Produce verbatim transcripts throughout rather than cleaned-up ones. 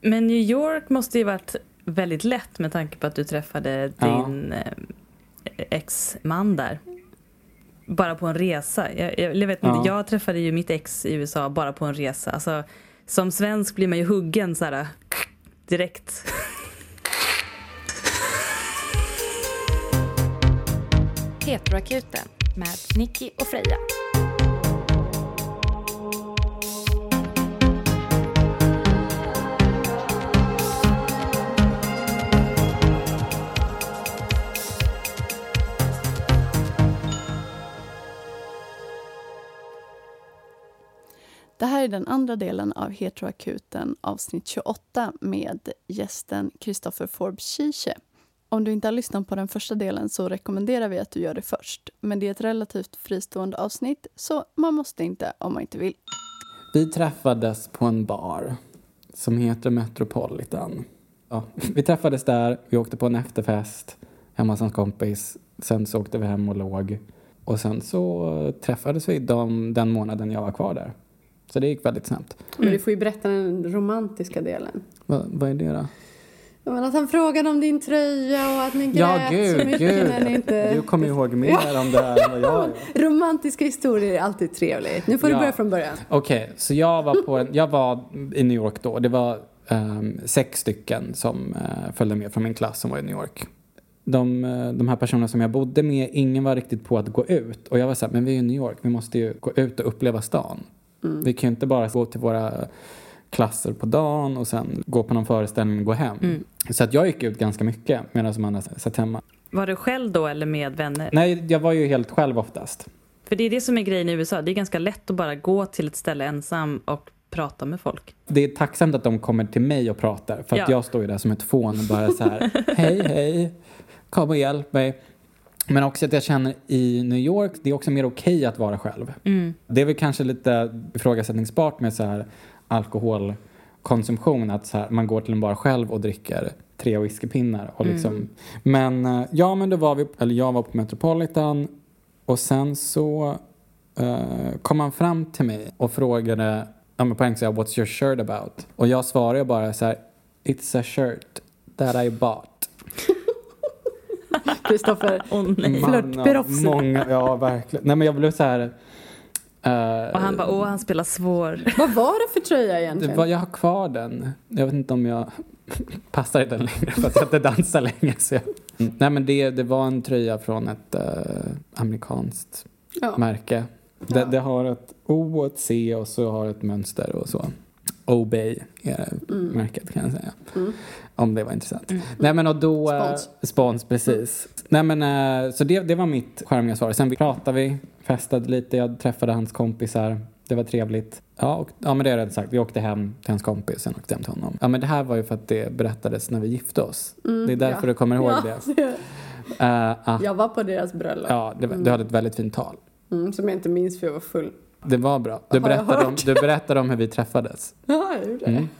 Men New York måste ju varit väldigt lätt med tanke på att du träffade din ja. ex-man där. Bara på en resa. Jag, jag, jag vet inte, ja. jag träffade ju mitt ex i U S A bara på en resa. Alltså, som svensk blir man ju huggen så här direkt. Heteroakuten med Nicky och Freja. Det här är den andra delen av Heteroakuten avsnitt tjugoåtta med gästen Kristoffer Forbes-Kiche. Om du inte har lyssnat på den första delen så rekommenderar vi att du gör det först. Men det är ett relativt fristående avsnitt så man måste inte om man inte vill. Vi träffades på en bar som heter Metropolitan. Ja, vi träffades där, vi åkte på en efterfest hemma hos en kompis. Sen så åkte vi hem och låg. Och sen så träffades vi de, den månaden jag var kvar där. Så det gick väldigt snabbt. Men du får ju berätta den romantiska delen. Va, vad är det då? Ja, men att han frågade om din tröja och att ni grät ja, gud, så mycket gud. när ni inte... Du kommer ihåg mer ja. om det här än vad jag gör. Romantiska historier är alltid trevligt. Nu får ja. du börja från början. Okej, okay, så jag var, på en, jag var i New York då. Det var um, sex stycken som uh, följde med från min klass som var i New York. De, de här personerna som jag bodde med, ingen var riktigt på att gå ut. Och jag var så här, men vi är i New York, vi måste ju gå ut och uppleva stan. Mm. Vi kan ju inte bara gå till våra klasser på dagen och sen gå på någon föreställning och gå hem. Mm. Så att jag gick ut ganska mycket medan man hade satt hemma. Var du själv då eller med vänner? Nej, jag var ju helt själv oftast. För det är det som är grejen i U S A. Det är ganska lätt att bara gå till ett ställe ensam och prata med folk. Det är tacksamt att de kommer till mig och pratar. För att ja. jag står ju där som ett fån och bara så här, hej, hej, kom och hjälp mig. Men också att jag känner i New York, det är också mer okej att vara själv. Mm. Det är väl kanske lite ifrågasättningsbart med så här alkoholkonsumtion. Att så här, man går till en bar själv och dricker tre whiskypinnar. Och liksom. Mm. Men ja, men då var vi, eller jag var på Metropolitan. Och sen så uh, kom han fram till mig och frågade, ja men på engelska, what's your shirt about? Och jag svarade bara så här, it's a shirt that I bought. Kristoffer, oh, flörtproffs. Många, ja verkligen. Nej men jag blev så här. Uh, och han bara, åh han spelar svår. Vad var det för tröja egentligen? Det var, jag har kvar den. Jag vet inte om jag passar i den längre för att jag inte dansar länge. Så jag, mm. Nej men det, det var en tröja från ett uh, amerikanskt ja. märke. Det, ja. det har ett O och ett C och så har ett mönster och så. Obey är mm. märket kan jag säga. Mm. Om det var intressant. Mm. Nej men och då spons, uh, spons precis. Mm. Nej men uh, så det, det var mitt charmiga svar. Sen vi pratade vi, festade lite, jag träffade hans kompisar. Det var trevligt. Ja, och, ja men det är rätt sagt. Vi åkte hem till hans kompis, sen åkte hem till honom. Ja men det här var ju för att det berättades när vi gifte oss. Mm, det är därför ja. du kommer ihåg ja. det. uh, uh, jag var på deras bröllop. Ja, det, mm. du hade ett väldigt fint tal. Mm, som jag inte minns för jag var full. Det var bra. Du berättade, om, du berättade om hur vi träffades. Ja, jag gjorde det. Mm.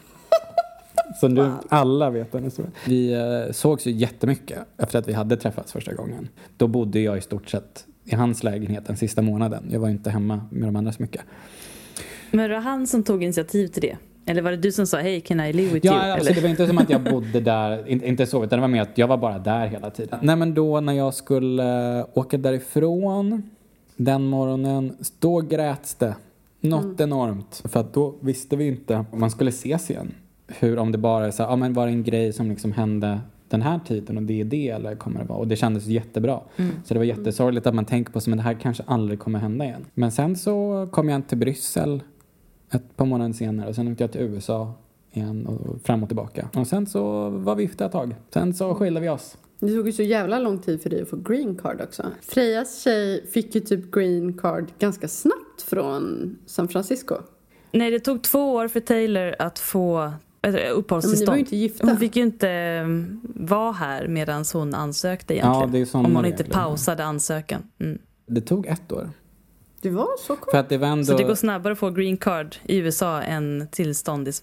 Så nu wow. alla vet den historien. Vi eh, sågs ju jättemycket efter att vi hade träffats första gången. Då bodde jag i stort sett i hans lägenhet den sista månaden. Jag var inte hemma med de andra så mycket. Men var det han som tog initiativ till det? Eller var det du som sa, hej, can I live with ja, you? Ja, alltså, eller? Det var inte som att jag bodde där, inte, inte så, utan det var mer att jag var bara där hela tiden. Nej, men då när jag skulle äh, åka därifrån den morgonen, då gräts det något mm. enormt. För att då visste vi inte om man skulle ses igen. Hur, om det bara är så här, ja men var det en grej som liksom hände den här tiden och det är det eller kommer det vara. Och det kändes jättebra. Mm. Så det var jättesorgligt att man tänker på som att det här kanske aldrig kommer hända igen. Men sen så kom jag till Bryssel ett par månader senare och sen åkte jag till U S A igen och fram och tillbaka. Och sen så var vi gifta ett tag. Sen så skilde vi oss. Det tog ju så jävla lång tid för dig att få green card också. Frejas tjej fick ju typ green card ganska snabbt från San Francisco. Nej, det tog två år för Taylor att få uppehållstillstånd. Men ni var ju inte gifta. Hon fick ju inte vara här medan hon ansökte egentligen. Ja, det är sån om hon inte pausade ansökan. Mm. Det tog ett år. Det var så kort. För att det var ändå... Så det går snabbare att få green card i U S A än tillstånd i Sverige.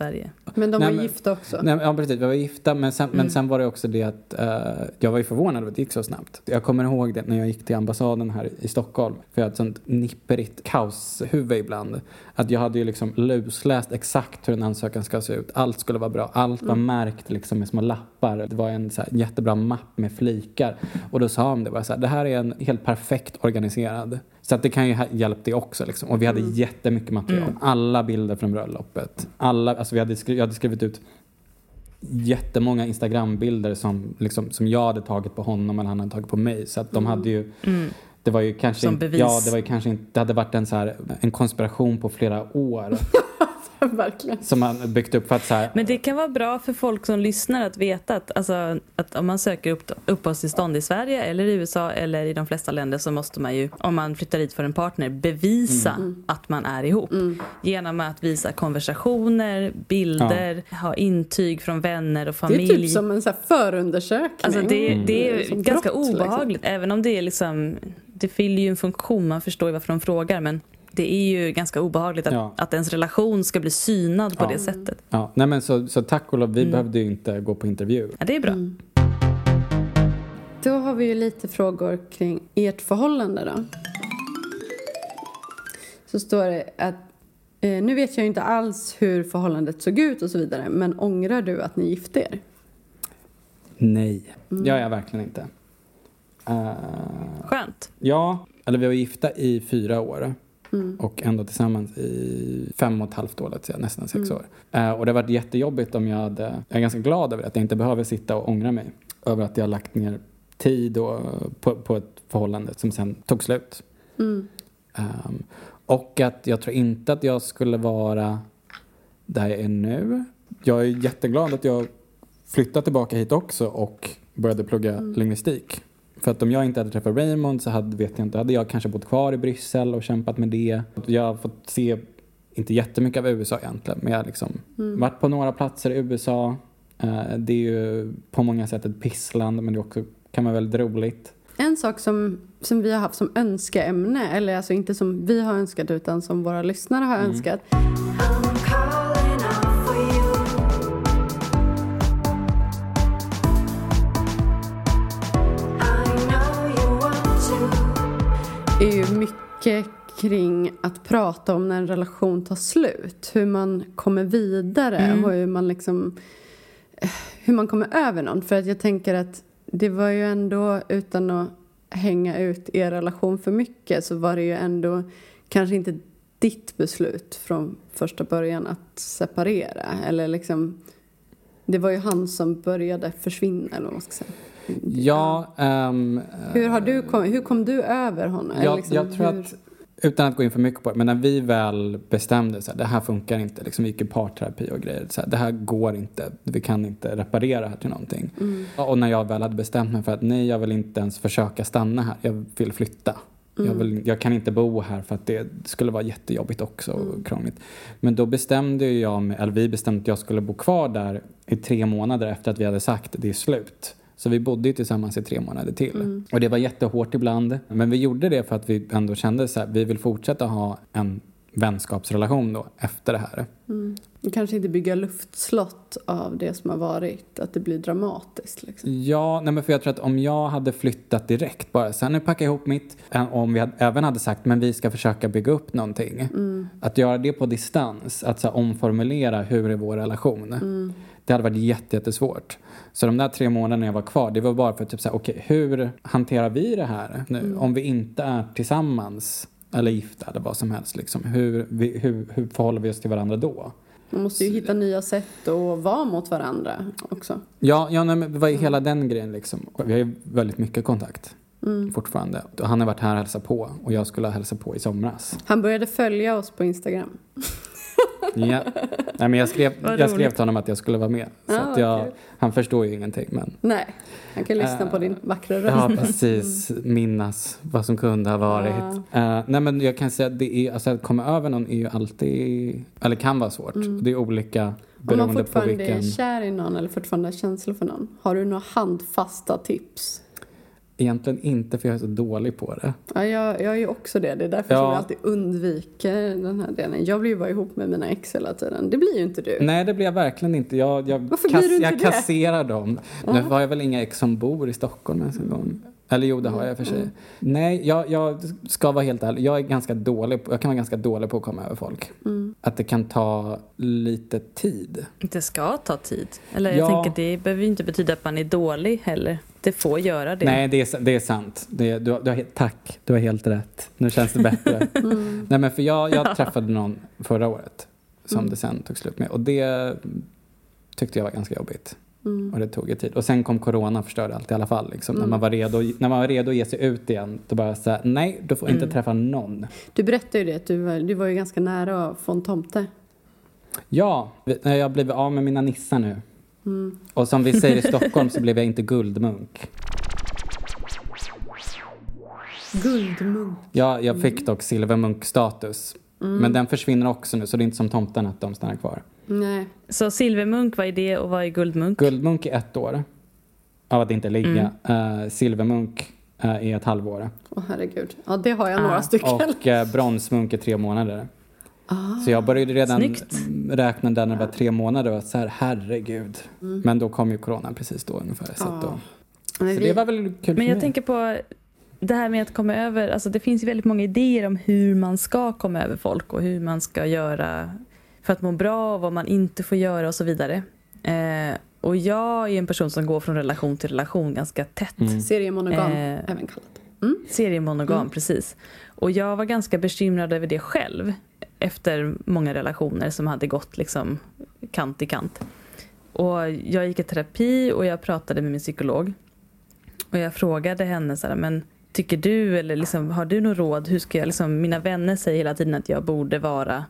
Men de nej, var men, gifta också. Nej, ja, precis. Vi var gifta. Men sen, Mm. men sen var det också det att uh, jag var ju förvånad över att det gick så snabbt. Jag kommer ihåg det när jag gick till ambassaden här i Stockholm. För jag hade ett sånt nipperigt kaoshuvud ibland. Att jag hade ju liksom lusläst exakt hur en ansökan ska se ut. Allt skulle vara bra. Allt var mm. märkt liksom med små lappar. Det var en så här jättebra mapp med flikar. Och då sa de det bara så här, det här är en helt perfekt organiserad. Så att det kan ju ha hjälpt det också liksom. Och vi hade mm. jättemycket material. Mm. Alla bilder från bröllopet. Alla, alltså vi hade skrivit, jag hade skrivit ut jättemånga Instagram-bilder som, liksom, som jag hade tagit på honom eller han hade tagit på mig. Så att de mm. hade ju... Mm. Det var ju kanske som inte, bevis. Ja, det var ju kanske inte, det hade varit en så här en konspiration på flera år. Verkligen. Som man byggt upp för att så här. Men det kan vara bra för folk som lyssnar att veta att, alltså, att om man söker upp, uppehållstillstånd i Sverige eller i U S A eller i de flesta länder så måste man ju, om man flyttar hit för en partner, bevisa mm. att man är ihop. Mm. Genom att visa konversationer, bilder, ja. ha intyg från vänner och familj. Det är typ som en så här förundersökning. Alltså det, mm. det är som ganska brott, obehagligt. Liksom. Även om det är liksom, det fyller ju en funktion, man förstår ju varför de frågar, men det är ju ganska obehagligt att, ja. att ens relation ska bli synad på ja. det sättet. Ja, nej men så, så tack och lov, vi mm. behövde ju inte gå på intervju. Ja, det är bra. Mm. Då har vi ju lite frågor kring ert förhållande då. Så står det att, eh, nu vet jag ju inte alls hur förhållandet såg ut och så vidare, men ångrar du att ni gifte er? Nej, mm. jag är verkligen inte. Uh, Skönt. Ja, eller vi var gifta i fyra år. Mm. Och ändå tillsammans i fem och ett halvt år, säga, nästan sex mm. år. Uh, och det har varit jättejobbigt om jag hade... Jag är ganska glad över att jag inte behöver sitta och ångra mig. Över att jag har lagt ner tid och, på, på ett förhållande som sen tog slut. Mm. Um, och att jag tror inte att jag skulle vara där jag är nu. Jag är jätteglad att jag flyttade tillbaka hit också och började plugga mm. lingvistik. För att om jag inte hade träffat Raymond så hade, vet jag inte, hade jag kanske bott kvar i Bryssel och kämpat med det. Jag har fått se, inte jättemycket av U S A egentligen, men jag har liksom mm. varit på några platser i U S A. Uh, det är ju på många sätt ett pissland, men det också kan vara väldigt roligt. En sak som, som vi har haft som önskeämne, eller alltså inte som vi har önskat utan som våra lyssnare har mm. önskat. Är ju mycket kring att prata om när en relation tar slut. Hur man kommer vidare mm. och hur man liksom hur man kommer över någon. För att jag tänker att det var ju ändå, utan att hänga ut er relation för mycket, så var det ju ändå kanske inte ditt beslut från första början att separera. Eller liksom, det var ju han som började försvinna, eller vad man ska säga. Ja. Um, hur, har du kom, hur kom du över honom? Jag, liksom, jag tror hur... att, utan att gå in för mycket på det, men när vi väl bestämde så här, det här funkar inte, liksom, vi gick i parterapi och grejer, så här, det här går inte, vi kan inte reparera här till någonting. Mm. Och när jag väl hade bestämt mig för att nej, jag vill inte ens försöka stanna här, jag vill flytta. Mm. Jag, vill, jag kan inte bo här för att det skulle vara jättejobbigt också och mm. krångligt. Men då bestämde jag mig, eller vi bestämde att jag skulle bo kvar där i tre månader efter att vi hade sagt det är slut. Så vi bodde ju tillsammans i tre månader till. Mm. Och det var jättehårt ibland. Men vi gjorde det för att vi ändå kände så här, vi vill fortsätta ha en vänskapsrelation då efter det här. Mm. Kanske inte bygga luftslott av det som har varit, att det blir dramatiskt liksom. Ja, nej men för jag tror att om jag hade flyttat direkt bara, sen nu packar jag ihop mitt, om vi hade, även hade sagt men vi ska försöka bygga upp någonting. Mm. Att göra det på distans, att så här, omformulera hur är vår relation. Mm. Det hade varit jättesvårt. Så de där tre månaderna jag var kvar, det var bara för att typ säga, okej, okay, hur hanterar vi det här nu? Mm. Om vi inte är tillsammans eller gifta eller vad som helst. Liksom. Hur, vi, hur, hur förhåller vi oss till varandra då? Man måste ju hitta nya sätt att vara mot varandra också. Ja, ja nej, men det var mm. hela den grejen liksom. Vi har ju väldigt mycket kontakt mm. fortfarande. Han har varit här och hälsat på och jag skulle hälsa på i somras. Han började följa oss på Instagram. Ja. Nej, men jag skrev, jag skrev till honom att jag skulle vara med. Så ja, att jag, okay. Han förstår ju ingenting. Men, nej, han kan lyssna uh, på din vackra röst. Ja, precis. Minnas vad som kunde ha varit. Uh. Uh, nej, men jag kan säga att det är, alltså, att komma över någon är ju alltid, eller kan vara svårt. Mm. Det är olika beroende om man fortfarande på vilken... är kär i någon eller fortfarande har känslor för någon. Har du några handfasta tips? egentligen inte, för jag är så dålig på det. Ja, jag, jag är ju också det. Det är därför ja. som jag alltid undviker den här delen. Jag blir ju bara ihop med mina ex hela tiden. Det blir ju inte du. Nej, det blir jag verkligen inte. Jag, jag, Varför kass, blir du inte jag det? kasserar dem. Ja. Nu har jag väl inga ex som bor i Stockholm ens en gång. Eller jo, det har jag för sig. Mm. Nej, jag, jag ska vara helt ärlig. Jag är ganska dålig på, jag kan vara ganska dålig på att komma över folk. Mm. Att det kan ta lite tid. Det ska ta tid. Eller jag Ja. tänker, det behöver ju inte betyda att man är dålig heller. Det får göra det. Nej, det är, det är sant. Det, du, du har, tack, du har helt rätt. Nu känns det bättre. Mm. Nej, men för jag, jag träffade någon förra året som Mm. det sen tog slut med. Och det tyckte jag var ganska jobbigt. Mm. Och det tog ju tid. Och sen kom corona och förstörde allt i alla fall. Liksom. Mm. När, man var redo, när man var redo att ge sig ut igen, då bara så här, nej, du får inte Mm. träffa någon. Du berättade ju det, att du var, du var ju ganska nära att få en tomte. Ja, vi- när jag blivit av med mina nissar nu. Mm. Och som vi säger i Stockholm så blev jag inte guldmunk. Guldmunk. Ja, jag fick dock silvermunkstatus. Mm. Men den försvinner också nu, så det är inte som tomten att de stannar kvar. Nej. Så silvermunk, vad är det och vad är guldmunk? Guldmunk är ett år av att inte ligga. Mm. Uh, silvermunk uh, är ett halvår. Åh herregud. Ja, det har jag Ah. några stycken. Och uh, bronsmunk är tre månader. Ah. Så jag började redan Snyggt. räkna där när det var tre månader och så här, herregud. Mm. Men då kom ju corona precis då ungefär. Så, att då, Ah. Men så vi- det var väl kul för Men jag mig. tänker på det här med att komma över, alltså det finns ju väldigt många idéer om hur man ska komma över folk och hur man ska göra för att må bra och vad man inte får göra och så vidare. Eh, och jag är en person som går från relation till relation ganska tätt. Mm. Seriemonogam, Eh, även kallat. Mm. Seriemonogam, Mm. precis. Och jag var ganska bekymrad över det själv efter många relationer som hade gått liksom kant i kant. Och jag gick i terapi och jag pratade med min psykolog. Och jag frågade henne så här, men tycker du eller liksom, har du något råd? Hur ska jag liksom, mina vänner säger hela tiden att jag borde vara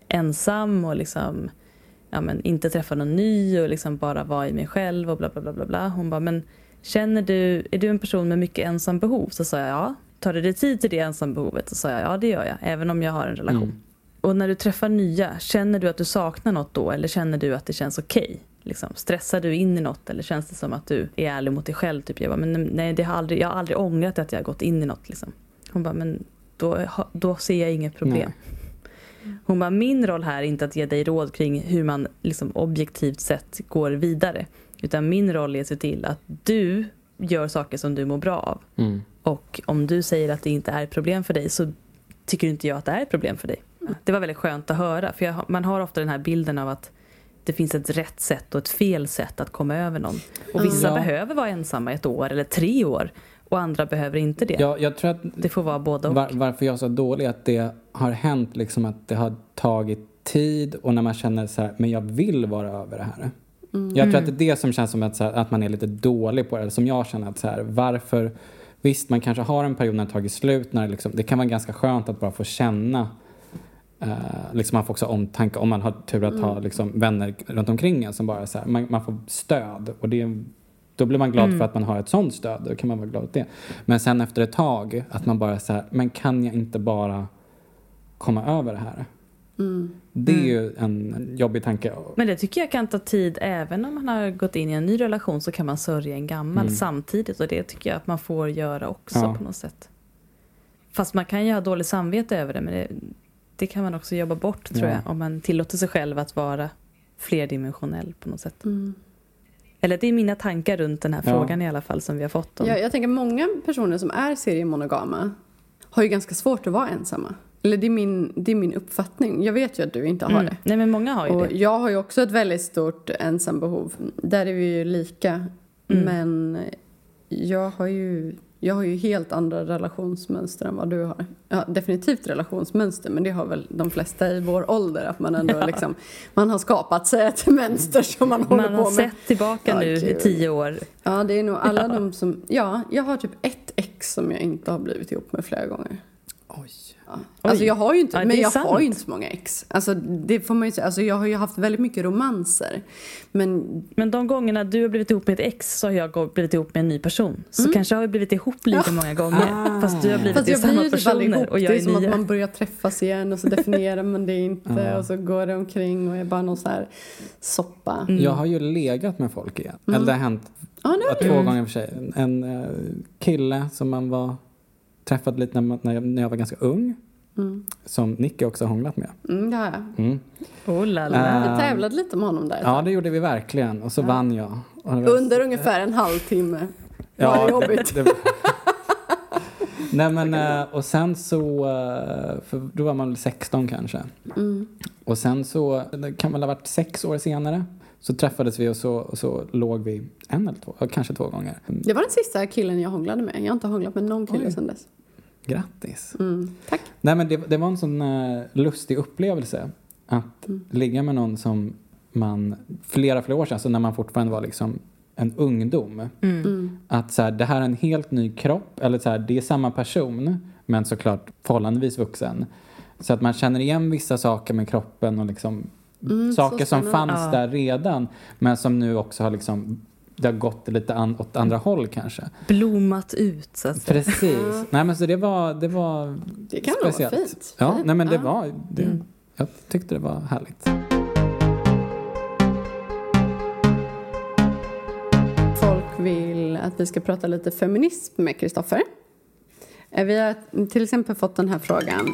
ensam och liksom, ja, men inte träffa någon ny och liksom bara vara i mig själv och bla bla bla bla bla. Hon bara, men känner du, är du en person med mycket ensam behov? Så sa jag ja. Tar det dig tid till det ensam behovet? Så sa jag ja, det gör jag, även om jag har en relation. Mm. Och när du träffar nya, känner du att du saknar något då? Eller känner du att det känns okej? Liksom, stressar du in i något? Eller känns det som att du är ärlig mot dig själv? Typ, jag bara, men nej, det har aldrig, jag har aldrig ångrat att jag har gått in i något. Liksom. Hon bara, men då, då ser jag inget problem. Nej. Hon bara, min roll här är inte att ge dig råd kring hur man liksom, objektivt sett går vidare. Utan min roll är att se till att du gör saker som du mår bra av. Mm. Och om du säger att det inte är ett problem för dig så tycker inte jag att det är ett problem för dig. Det var väldigt skönt att höra. För jag, man har ofta den här bilden av att det finns ett rätt sätt och ett fel sätt att komma över någon. Och vissa Ja. behöver vara ensamma ett år eller tre år. Och andra behöver inte det. Ja, jag tror att Det får vara både och. var, varför jag är så dålig är att det har hänt liksom att det har tagit tid och när man känner så här, men jag vill vara över det här. Mm. Jag tror att det är det som känns som att, så här, att man är lite dålig på det. Eller som jag känner att så här, varför, visst man kanske har en period när det har tagit slut. När det, liksom, det kan vara ganska skönt att bara få känna. Uh, liksom man får också omtanke om man har tur att ha liksom, vänner runt omkring en som bara så här, man, man får stöd. Och det, då blir man glad Mm. för att man har ett sånt stöd. Då kan man vara glad åt det. Men sen efter ett tag att man bara så här, men kan jag inte bara komma över det här? Mm. Det är ju en jobbig tanke. Men det tycker jag kan ta tid. Även om man har gått in i en ny relation så kan man sörja en gammal Mm. samtidigt. Och det tycker jag att man får göra också Ja. på något sätt. Fast man kan ju ha dåligt samvete över det. Men det, det kan man också jobba bort tror Ja. jag. Om man tillåter sig själv att vara flerdimensionell på något sätt. Mm. Eller det är mina tankar runt den här Ja. frågan i alla fall som vi har fått om. Ja, jag tänker många personer som är seriemonogama har ju ganska svårt att vara ensamma. Eller det är min, det är min uppfattning. Jag vet ju att du inte har Mm. det. Nej, men många har ju Och det. jag har ju också ett väldigt stort ensambehov. Där är vi ju lika. Mm. Men jag har ju jag har ju helt andra relationsmönster än vad du har. Ja, definitivt relationsmönster, men det har väl de flesta i vår ålder. Att man ändå Ja. liksom, man har skapat sig ett mönster som man håller Man på har med. sett tillbaka Ja, nu i gud. tio år. Ja, det är nog alla Ja. de som... Ja, jag har typ ett ex som jag inte har blivit ihop med flera gånger. Oj. Ja. Alltså jag har ju inte, ja, men jag sant. har ju inte så många ex. Alltså det får man ju säga. Alltså jag har ju haft väldigt mycket romanser. Men, men de gångerna du har blivit ihop med ett ex så har jag blivit ihop med en ny person. Så mm. kanske har vi blivit ihop lika ja. många gånger. Ah. Fast du har blivit Fast i jag samma blir ju typ aldrig personer ihop. och jag det är är som nya. att man börjar träffas igen och så definierar man det inte. Ja. Och så går det omkring och är bara någon så här soppa. Mm. Jag har ju legat med folk igen. Mm. Eller det har hänt Ja, det har två Mm. gånger för sig. En, en uh, kille som man var träffade lite när, man, när, jag, när jag var ganska ung. Mm. Som Nicky också har hånglat med. Mm, det har jag. Mm. Oh la Äh, la. Jag tävlade lite med honom där. Ja, det gjorde vi verkligen. Och så Ja. vann jag. Och det var- Under ungefär en halvtimme. Ja, Var det jobbigt? det, det, nej men, eh, och sen så, eh, för då var man väl sexton kanske. Mm. Och sen så, det kan väl ha varit sex år senare. Så träffades vi och så, och så låg vi en eller två, kanske två gånger. Det var den sista killen jag hånglade med. Jag har inte hånglat med någon kille Oj. sedan dess. Grattis. Mm. Tack. Nej men det, det var en sån uh, lustig upplevelse. Att Mm. ligga med någon som man, flera, flera år sedan, så när man fortfarande var liksom en ungdom. Mm. Mm. Att så här, det här är en helt ny kropp. Eller så här, det är samma person. Men såklart förhållandevis vuxen. Så att man känner igen vissa saker med kroppen. Och liksom Mm, saker så som spännande. fanns Ja. där redan. Men som nu också har liksom, det har gått lite an, åt andra håll kanske. Blommat ut så att säga. Precis. Ja. Nej men så det var, det var Det kan nog speciellt. vara fint. Ja, Fint. nej men det Ja. var, det, Mm. jag tyckte det var härligt. Folk vill att vi ska prata lite feminism med Kristoffer. Vi har till exempel fått den här frågan.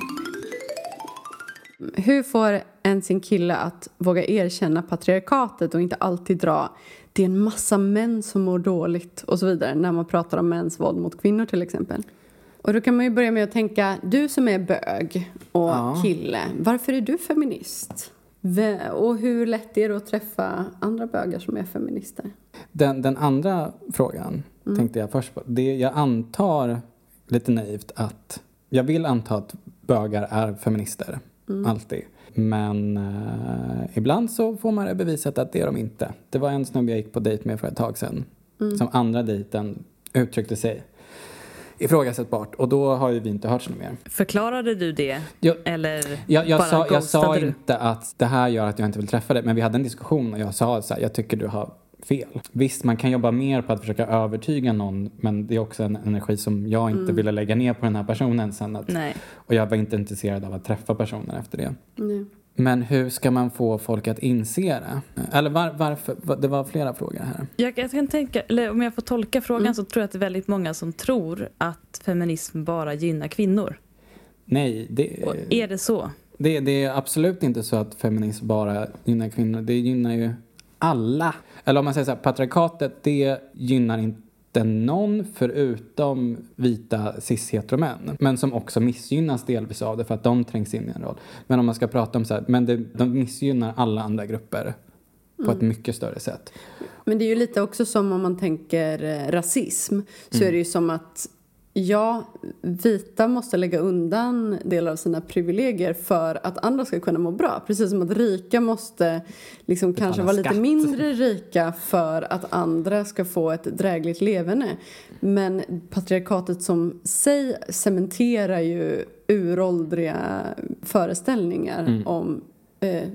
Hur får en sin kille att våga erkänna patriarkatet och inte alltid dra det är en massa män som mår dåligt och så vidare när man pratar om mäns våld mot kvinnor till exempel. Och då kan man ju börja med att tänka, du som är bög och Ja. kille, varför är du feminist? Vä- Och hur lätt är det att träffa andra bögar som är feminister? Den, den andra frågan Mm. tänkte jag först på. Det, jag antar lite naivt att, jag vill anta att bögar är feminister. Mm. Alltid. Men eh, ibland så får man det bevisat att det är de inte. Det var en snubbe jag gick på dejt med för ett tag sedan. Mm. Som andra dejten uttryckte sig ifrågasättbart. Och då har ju vi inte hört så mer. Förklarade du det? Jag, Eller jag, jag, bara sa, jag sa ghostade du? inte att det här gör att jag inte vill träffa dig. Men vi hade en diskussion och jag sa så här, jag tycker du har fel. Visst, man kan jobba mer på att försöka övertyga någon. Men det är också en energi som jag inte Mm. ville lägga ner på den här personen sen. Att, Nej. och jag var inte intresserad av att träffa personen efter det. Nej. Men hur ska man få folk att inse det? Eller var, varför? var- Det var flera frågor här. Jag, jag kan tänka, eller om jag får tolka frågan Mm. så tror jag att det är väldigt många som tror att feminism bara gynnar kvinnor. Nej, det, Och är det så? det, det är absolut inte så att feminism bara gynnar kvinnor. Det gynnar ju alla. Eller om man säger så här, patriarkatet, det gynnar inte någon förutom vita cis-heteromän. Men som också missgynnas delvis av det för att de trängs in i en roll. Men om man ska prata om så här, men det, de missgynnar alla andra grupper på ett mycket större sätt. Men det är ju lite också som om man tänker eh, rasism. Så Mm. är det ju som att ja, vita måste lägga undan delar av sina privilegier för att andra ska kunna må bra. Precis som att rika måste liksom kanske vara lite skatt. mindre rika för att andra ska få ett drägligt leverne. Men patriarkatet som sig cementerar ju uråldriga föreställningar Mm. om eh,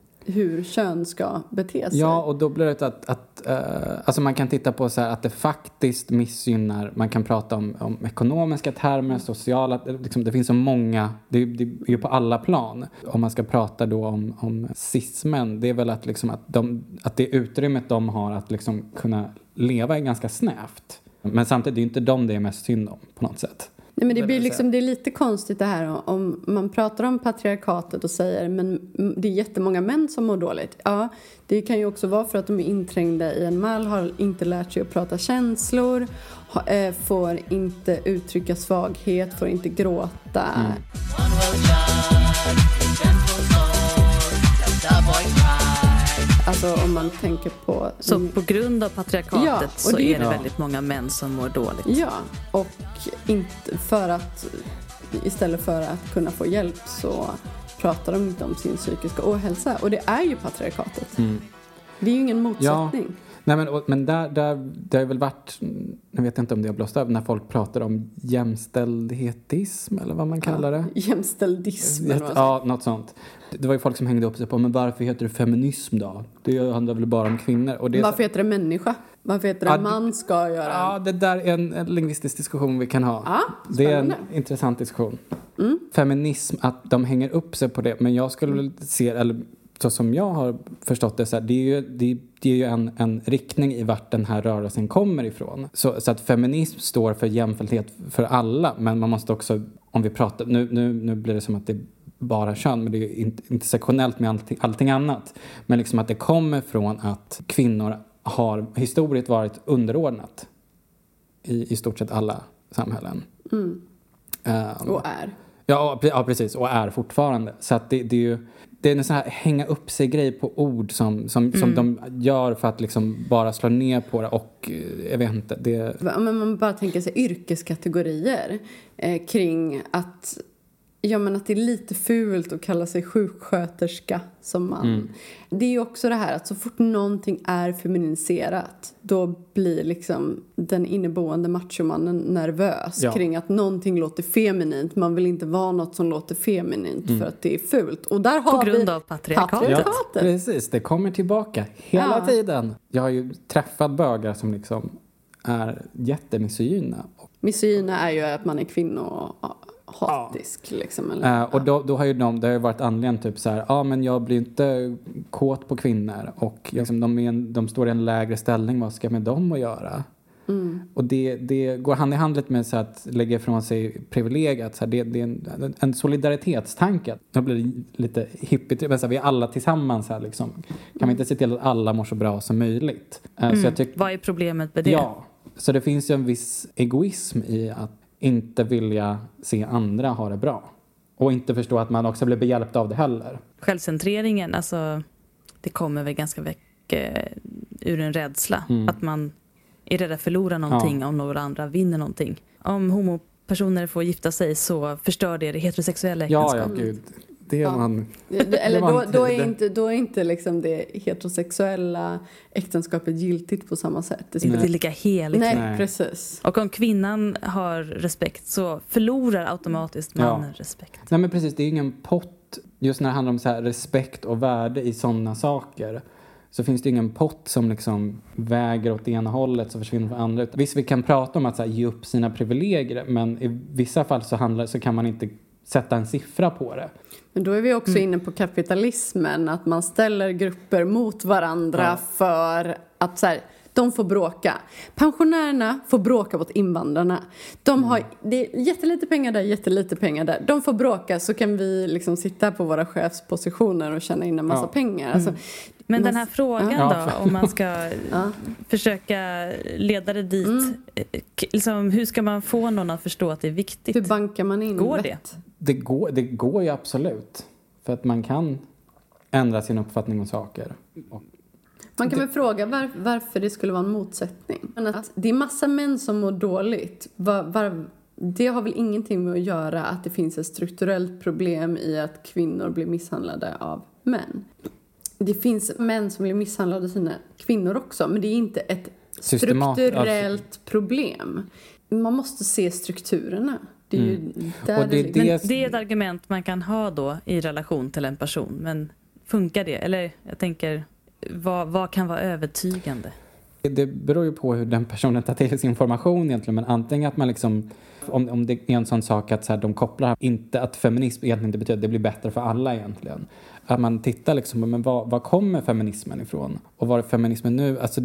hur kön ska bete sig. Ja, och då blir det att, att uh, alltså man kan titta på så här att det faktiskt missgynnar, man kan prata om, om ekonomiska termer, sociala, liksom, det finns så många, det, det är ju på alla plan. Om man ska prata då om, om cis-män, det är väl att, liksom att, de, att det utrymmet de har att liksom kunna leva är ganska snävt. Men samtidigt är det inte de det är mest synd om på något sätt. Nej, men det Det blir vill liksom, det är lite konstigt det här om man pratar om patriarkatet och säger men det är jättemånga män som mår dåligt. Ja, det kan ju också vara för att de är inträngda i en mall, har inte lärt sig att prata känslor, ha, eh, får inte uttrycka svaghet, får inte gråta. Mm. Alltså om man tänker på... Så på grund av patriarkatet Ja, och så det- är det Ja. väldigt många män som mår dåligt. Ja, och inte för att istället för att kunna få hjälp så pratar de inte om sin psykiska ohälsa. Och det är ju patriarkatet. Mm. Det är ju ingen motsättning. Nej, men, och, men där, där, det har väl varit, jag vet inte om det har blåst över, när folk pratar om jämställdhetism eller vad man kallar det. Ja, jämställdism. Jätte, ja, något sånt. Det var ju folk som hängde upp sig på, men varför heter det feminism då? Det handlar väl bara om kvinnor. Och det varför så, heter det människa? Varför heter det ja, man ska göra? Ja, det där är en, en lingvistisk diskussion vi kan ha. Ja, det är en intressant diskussion. Mm. Feminism, att de hänger upp sig på det, men jag skulle väl se, eller så som jag har förstått det, så här, det är ju, det, det är ju en, en riktning i vart den här rörelsen kommer ifrån. Så, så att feminism står för jämställdhet för alla, men man måste också, om vi pratar, nu, nu, nu blir det som att det är bara kön, men det är inte intersektionellt med allting, allting annat. Men liksom att det kommer från att kvinnor har historiskt varit underordnat i, i stort sett alla samhällen. Mm. Um, och är. Ja, ja, precis. Och är fortfarande. Så att det, det är ju det är en sån här hänga upp sig grej på ord som, som, mm. som de gör för att liksom bara slå ner på det. Och jag vet inte. Det... Men man bara tänker sig yrkeskategorier eh, kring att, ja, men att det är lite fult att kalla sig sjuksköterska som man. Mm. Det är ju också det här att så fort någonting är feminiserat, då blir liksom den inneboende machomannen nervös ja. kring att någonting låter feminint. Man vill inte vara något som låter feminint mm. för att det är fult. Och där har På grund vi av patriarkatet. Ja, precis, det kommer tillbaka hela ja. tiden. Jag har ju träffat bögar som liksom är jättemisogyna. Misogyna är ju att man är kvinno hatisk ja. liksom. Eller? Uh, och då, då har ju de, det har ju varit anledningen typ så här, ja ah, men jag blir inte kåt på kvinnor och liksom, de, är en, de står i en lägre ställning, vad ska jag med dem att göra? Mm. Och det, det går hand i hand med så att lägga ifrån sig privilegiet, så här, det, det är en, en solidaritetstanke. Då blir det lite hippie, men så här, vi är alla tillsammans här liksom. Kan mm. vi inte se till att alla mår så bra som möjligt? Uh, mm. så jag tyck, vad är problemet med det? Ja, så det finns ju en viss egoism i att inte vilja se andra ha det bra. Och inte förstå att man också blir behjälpt av det heller. Självcentreringen, alltså det kommer väl ganska mycket ur en rädsla. Mm. Att man är rädd att förlora någonting ja. om några andra vinner någonting. Om homopersoner får gifta sig så förstör det det heterosexuella äktenskapet. Ja, ja, gud. Det är man... Ja. Eller då, då är inte, då är inte liksom det heterosexuella äktenskapet giltigt på samma sätt. Det är inte lika heligt. Nej, Nej, precis. Och om kvinnan har respekt så förlorar automatiskt mannen ja. respekt. Nej, men precis. Det är ingen pott. Just när det handlar om så här respekt och värde i sådana saker, så finns det ingen pott som liksom väger åt det ena hållet så försvinner från andra. Visst, vi kan prata om att så här, ge upp sina privilegier, men i vissa fall så, handlar, så kan man inte sätta en siffra på det. Men då är vi också mm. inne på kapitalismen, att man ställer grupper mot varandra ja. för att så här, de får bråka. Pensionärerna får bråka mot invandrarna. De har, det är jättelite pengar där, jättelite pengar där. De får bråka, så kan vi liksom sitta på våra chefspositioner och tjäna in en massa ja. pengar. Alltså, mm. Men man, den här frågan ja. då, om man ska ja. försöka leda det dit. Mm. Liksom, hur ska man få någon att förstå att det är viktigt? Hur bankar man in Går rätt? det? Det går, det går ju absolut. För att man kan ändra sin uppfattning om saker. Och man kan väl fråga var, varför det skulle vara en motsättning. Men att det är massa män som mår dåligt. Var, var, det har väl ingenting med att göra att det finns ett strukturellt problem i att kvinnor blir misshandlade av män. Det finns män som blir misshandlade av sina kvinnor också. Men det är inte ett strukturellt problem. Man måste se strukturerna. Det är, ju mm. där det, det, men det är ett argument man kan ha då i relation till en person. Men funkar det? Eller jag tänker, vad, vad kan vara övertygande? Det beror ju på hur den personen tar till sin information egentligen. Men antingen att man liksom, om, om det är en sån sak att så här, de kopplar inte att feminism egentligen inte betyder att det blir bättre för alla egentligen. Att man tittar liksom, men vad, vad kommer feminismen ifrån? Och vad är feminismen nu? Alltså,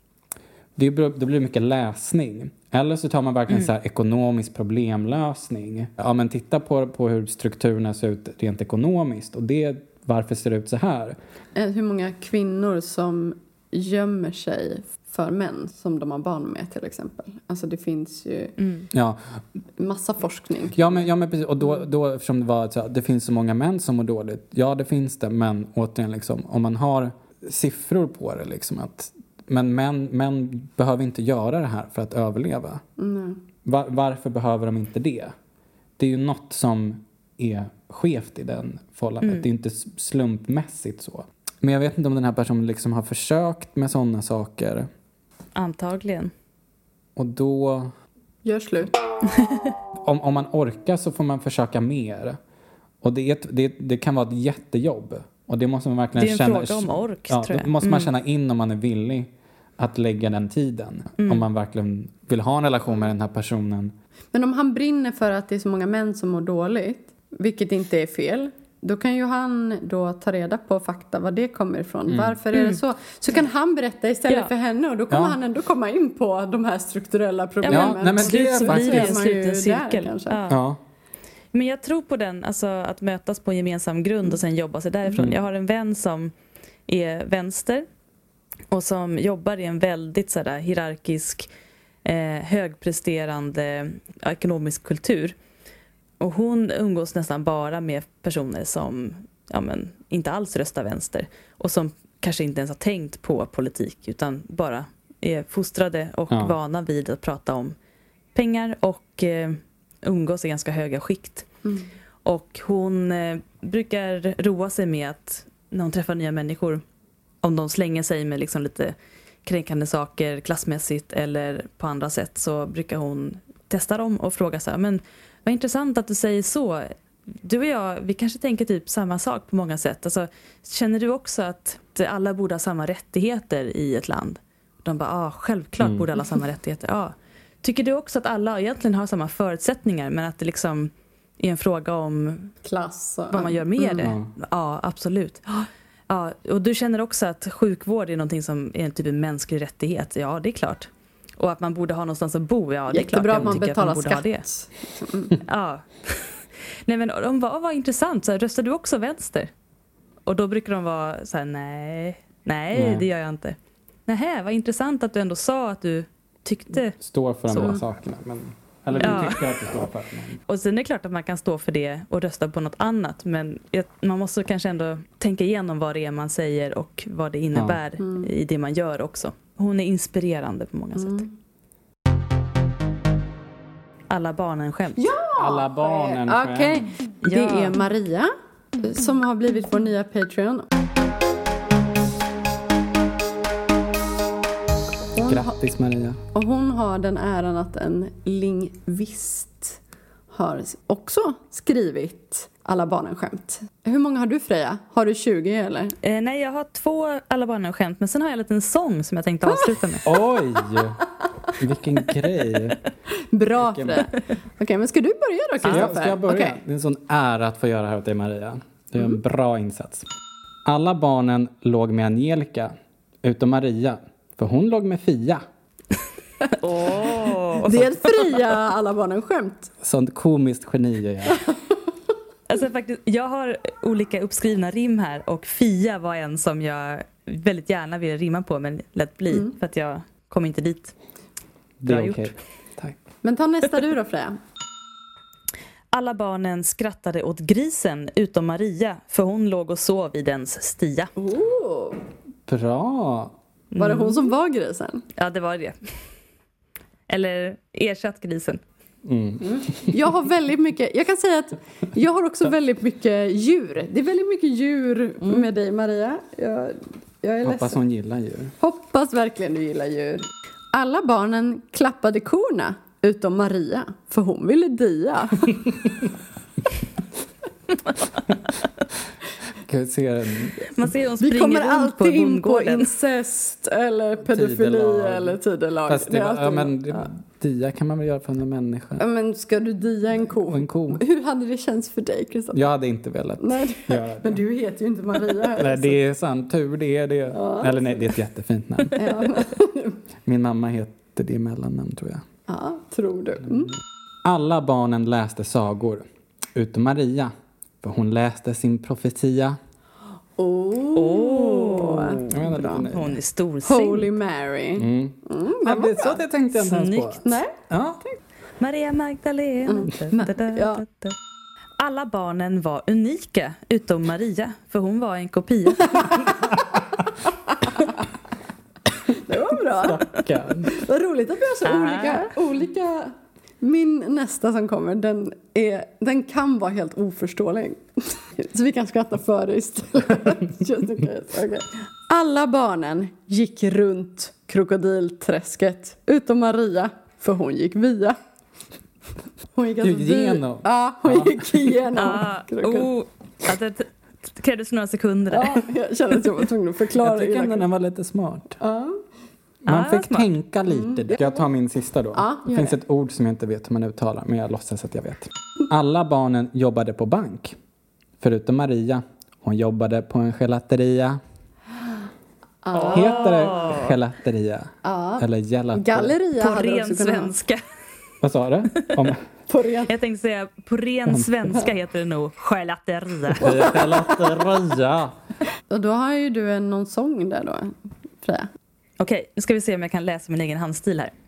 det, beror, det blir mycket läsning. Eller så tar man verkligen mm. så här ekonomisk problemlösning. Ja, men titta på, på hur strukturerna ser ut rent ekonomiskt. Och det, varför ser det ut så här? Hur många kvinnor som gömmer sig för män som de har barn med till exempel. Alltså det finns ju mm. ja. massa forskning. Ja men, ja, men precis. Och då, då eftersom det var så, det finns så många män som mår dåligt. Ja, det finns det. Men återigen, liksom, om man har siffror på det, liksom, att men män, män behöver inte göra det här för att överleva. Mm. Var, varför behöver de inte det? Det är ju något som är skevt i den förhållandet. Mm. Det är inte slumpmässigt så. Men jag vet inte om den här personen liksom har försökt med sådana saker. Antagligen. Och då... Gör slut. Om, om man orkar så får man försöka mer. Och det, är ett, det, det kan vara ett jättejobb. Och det måste man verkligen det är en känna... fråga om ork, ja, tror jag. Då måste man mm. känna in om man är villig att lägga den tiden. Mm. Om man verkligen vill ha en relation med den här personen. Men om han brinner för att det är så många män som mår dåligt, vilket inte är fel, då kan ju han då ta reda på fakta, var det kommer ifrån. Mm. Varför är det så? Så kan han berätta istället ja. för henne, och då kommer ja. han ändå komma in på de här strukturella problemen. Ja, nej, men det är så faktiskt... blir det en sluten cirkel. Där, ja. Ja. Men jag tror på den, alltså att mötas på en gemensam grund och sen jobba sig därifrån. Mm. Jag har en vän som är vänster och som jobbar i en väldigt sådär hierarkisk, eh, högpresterande ekonomisk kultur. Och hon umgås nästan bara med personer som ja, men, inte alls röstar vänster. Och som kanske inte ens har tänkt på politik utan bara är fostrade och ja. vana vid att prata om pengar och eh, umgås i ganska höga skikt. Mm. Och hon eh, brukar roa sig med att när hon träffar nya människor, om de slänger sig med liksom lite kränkande saker klassmässigt eller på andra sätt, så brukar hon testa dem och fråga så här, men vad intressant att du säger så. Du och jag, vi kanske tänker typ samma sak på många sätt. Alltså, känner du också att alla borde ha samma rättigheter i ett land? De bara, ja, ah, självklart mm. borde alla ha samma rättigheter. Ja. Tycker du också att alla egentligen har samma förutsättningar, men att det liksom är en fråga om klass och... vad man gör med mm. det? Ja, absolut. Ja, och du känner också att sjukvård är någonting som är en typ av mänsklig rättighet? Ja, det är klart. Och att man borde ha någonstans att bo, ja, det är klart. Jättebra att man betalar att man skatt. Mm. Ja. Nej, men de var, var intressant. Så här, röstar du också vänster? Och då brukar de vara så här, nej, nej, nej. det gör jag inte. Nej, vad intressant att du ändå sa att du tyckte står för de så. här sakerna. Men, eller du ja. tycker att du står för det. Och sen är det klart att man kan stå för det och rösta på något annat. Men man måste kanske ändå tänka igenom vad det är man säger och vad det innebär ja. mm. i det man gör också. Hon är inspirerande på många mm. sätt. Alla barnen skämt. Ja! Alla barnen skämt. Okej, okay. Det ja. är Maria som har blivit vår nya Patreon. Hon Grattis Maria. Och hon har den äran att en lingvist har också skrivit Alla barnen skämt. Hur många har du, Freja? Har du tjugo eller? Eh, nej, jag har två Alla barnen skämt. Men sen har jag en liten sång som jag tänkte avsluta med. Oj! Vilken grej. Bra, Freja. Okej, okay, men ska du börja då, Kristoffer? Ska jag börja? Okay. Det är en sån ära att få göra här åt dig, Maria. Det är en mm. bra insats. Alla barnen låg med Angelica, utom Maria. För hon låg med Fia. Oh. Det är ett Fria Alla barnen skämt. Sånt komiskt geni gör jag. Alltså faktiskt, jag har olika uppskrivna rim här. Och Fia var en som jag väldigt gärna ville rimma på, men lät bli. Mm. För att jag kom inte dit. Det är okej. Okay. Tack. Men ta nästa du då, Freja. Alla barnen skrattade åt grisen utom Maria. För hon låg och sov i dens stia. Oh. Bra. Var det hon som var grisen? Ja, det var det. Eller ersatt grisen. Mm. Mm. Jag har väldigt mycket, jag kan säga att jag har också väldigt mycket djur. Det är väldigt mycket djur mm. med dig, Maria. Jag, jag är Hoppas ledsen. hon gillar djur. Hoppas verkligen du gillar djur. Alla barnen klappade korna utom Maria, för hon ville dia. Man ser hon vi kommer alltid på in på incest eller pedofili tidelag. Eller tidelag. Fast det, det ja, men ja. Dia kan man väl göra för en människa. Ja, men ska du dia en ko? En ko. Hur hade det känts för dig, Kristoffer? Jag hade inte velat nej, göra det. Men du heter ju inte Maria. Nej, det är sant. Tur det är det. Ja. Eller nej, det är ett jättefint namn. Ja. Min mamma heter det mellannamn, tror jag. Ja, tror du. Mm. Alla barnen läste sagor. Utom Maria. För hon läste sin profetia. Åh, oh. oh. Hon är stor. Holy Mary. Mm. Mm, ja, det är så att jag tänkte inte ens på. Nej. Ja. Maria Magdalena. Mm. Da, da, da, ja. da. Alla barnen var unika utom Maria. För hon var en kopia. Det var bra. Stackarn. Vad roligt att vi har så olika, olika Min nästa som kommer, den, är, den kan vara helt oförståelig. Så vi kan skratta för det istället. Just okay. Okay. Alla barnen gick runt krokodilträsket utom Maria, för hon gick via. Hon gick alltså igenom? Ja, hon ja. gick igenom. Ah, oh, att det krävdes några sekunder där. Ja, jag kände att jag var tvungen att förklara. Jag tycker ändå den var lite smart. Ja. Man ah, fick tänka lite. Mm. Jag tar min sista då. Ja, det finns det. ett ord som jag inte vet hur man uttalar, men jag låtsas att jag vet. Alla barnen jobbade på bank. Förutom Maria. Hon jobbade på en gelateria. Ah. Heter det gelateria? Ah. Eller gelateria? Galleria på hade ren svenska. Vad sa du? Om... på ren... Jag tänkte säga, på ren svenska heter det nog gelateria. Gelateria. Och då har ju du en, någon sång där då, Freja. Okej, nu ska vi se om jag kan läsa min egen handstil här.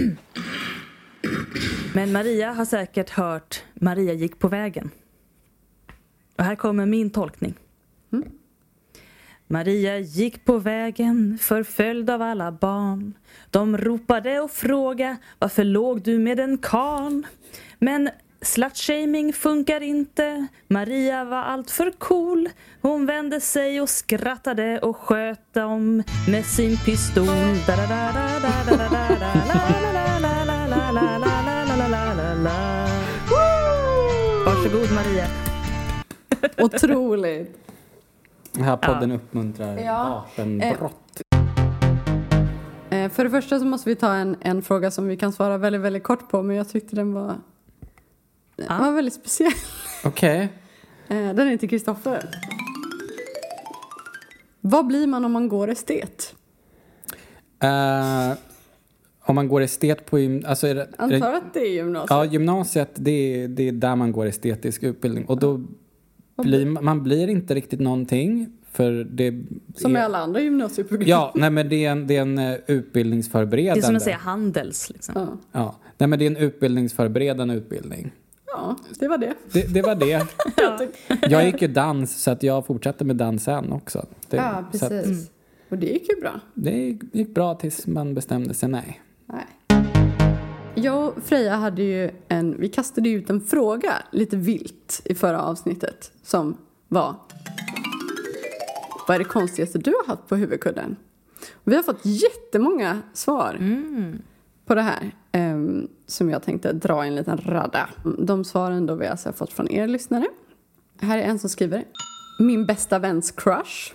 Men Maria har säkert hört Maria gick på vägen. Och här kommer min tolkning. Mm. Maria gick på vägen förföljd av alla barn. De ropade och frågade, varför låg du med en karl? Men slutshaming funkar inte. Maria var allt för cool. Hon vände sig och skrattade och sköt dem med sin pistol. Varsågod Maria. Otroligt. Den här podden ja. uppmuntrar ja. vapenbrott. Eh, för det första så måste vi ta en, en fråga som vi kan svara väldigt, väldigt kort på. Men jag tyckte den var, den ah. var väldigt speciell. Okej. Okay. Eh, den är till Kristoffer. Vad blir man om man går estet? Uh, om man går estet på gym- alltså är det, antar är det, att det är gymnasiet. Ja, gymnasiet det är, det är där man går estetisk utbildning. Och då blir man, man blir inte riktigt någonting. För det som är, med alla andra gymnasieprogram. Ja, nej, men det är en, det är en uh, utbildningsförberedande. Det är som att säga handels. Liksom. Ja. Ja, nej, men det är en utbildningsförberedande utbildning. Ja, det var det. Det, det var det. ja. Jag gick ju dans så att jag fortsatte med dans sen också. Det, ja, precis. Att, mm. Och det gick ju bra. Det gick bra tills man bestämde sig nej. Nej. Jag och Freja hade ju en, vi kastade ut en fråga lite vilt i förra avsnittet som var: vad är det konstigaste du har haft på huvudkudden? Och vi har fått jättemånga svar mm. på det här um, som jag tänkte dra en liten radda. De svaren då vi alltså har fått från er lyssnare. Här är en som skriver: min bästa väns crush.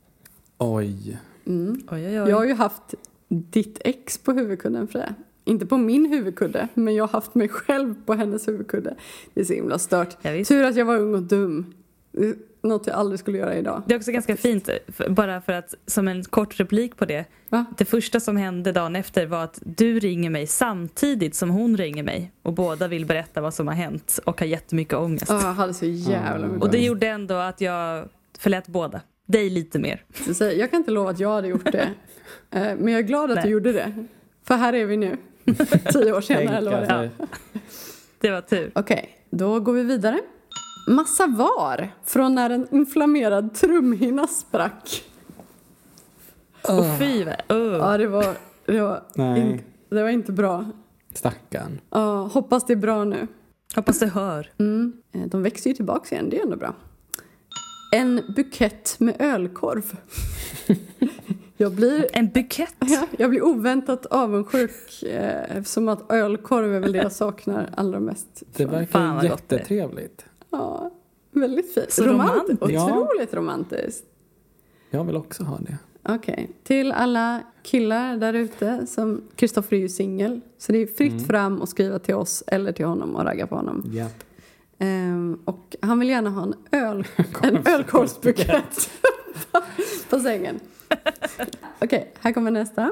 Oj. Mm. oj, oj, oj. Jag har ju haft ditt ex på huvudkudden, Freja. Inte på min huvudkudde, men jag har haft mig själv på hennes huvudkudde. Det är så himla stört. Ja, tur att jag var ung och dum. Något jag aldrig skulle göra idag. Det är också ganska fint, bara för att som en kort replik på det. Va? Det första som hände dagen efter var att du ringer mig samtidigt som hon ringer mig. Och båda vill berätta vad som har hänt och har jättemycket ångest. Ja, jag hade så jävla mycket. Och det gjorde ändå att jag förlät båda. Dig lite mer. Jag kan inte lova att jag hade gjort det. Men jag är glad att Nej. du gjorde det. För här är vi nu. Tio år senare eller vad det är. Det var tur. Okej, okay, då går vi vidare. Massa var från när en inflammerad trumhinna sprack. Oh. Och fy, uh. Ja, det var, det, var in, det var inte bra. Stackarn. Ja, hoppas det är bra nu. Hoppas det hör. Mm. De växer ju tillbaka igen, det är ändå bra. En bukett med ölkorv. Jag blir, en bukett? Ja, jag blir oväntat avundsjuk eh, eftersom att ölkorv är väl det jag saknar allra mest. Det verkar jättetrevligt. Ja, väldigt fint. Så romantiskt. romantiskt. Otroligt ja. romantiskt. Jag vill också ha det. Okej. Okay. Till alla killar där ute som Kristoffer är ju singel. Så det är fritt mm. fram och skriva till oss eller till honom och ragga på honom. Yep. Um, och han vill gärna ha en öl en ölkorvsbukett på sängen. Okej, okay, här kommer nästa.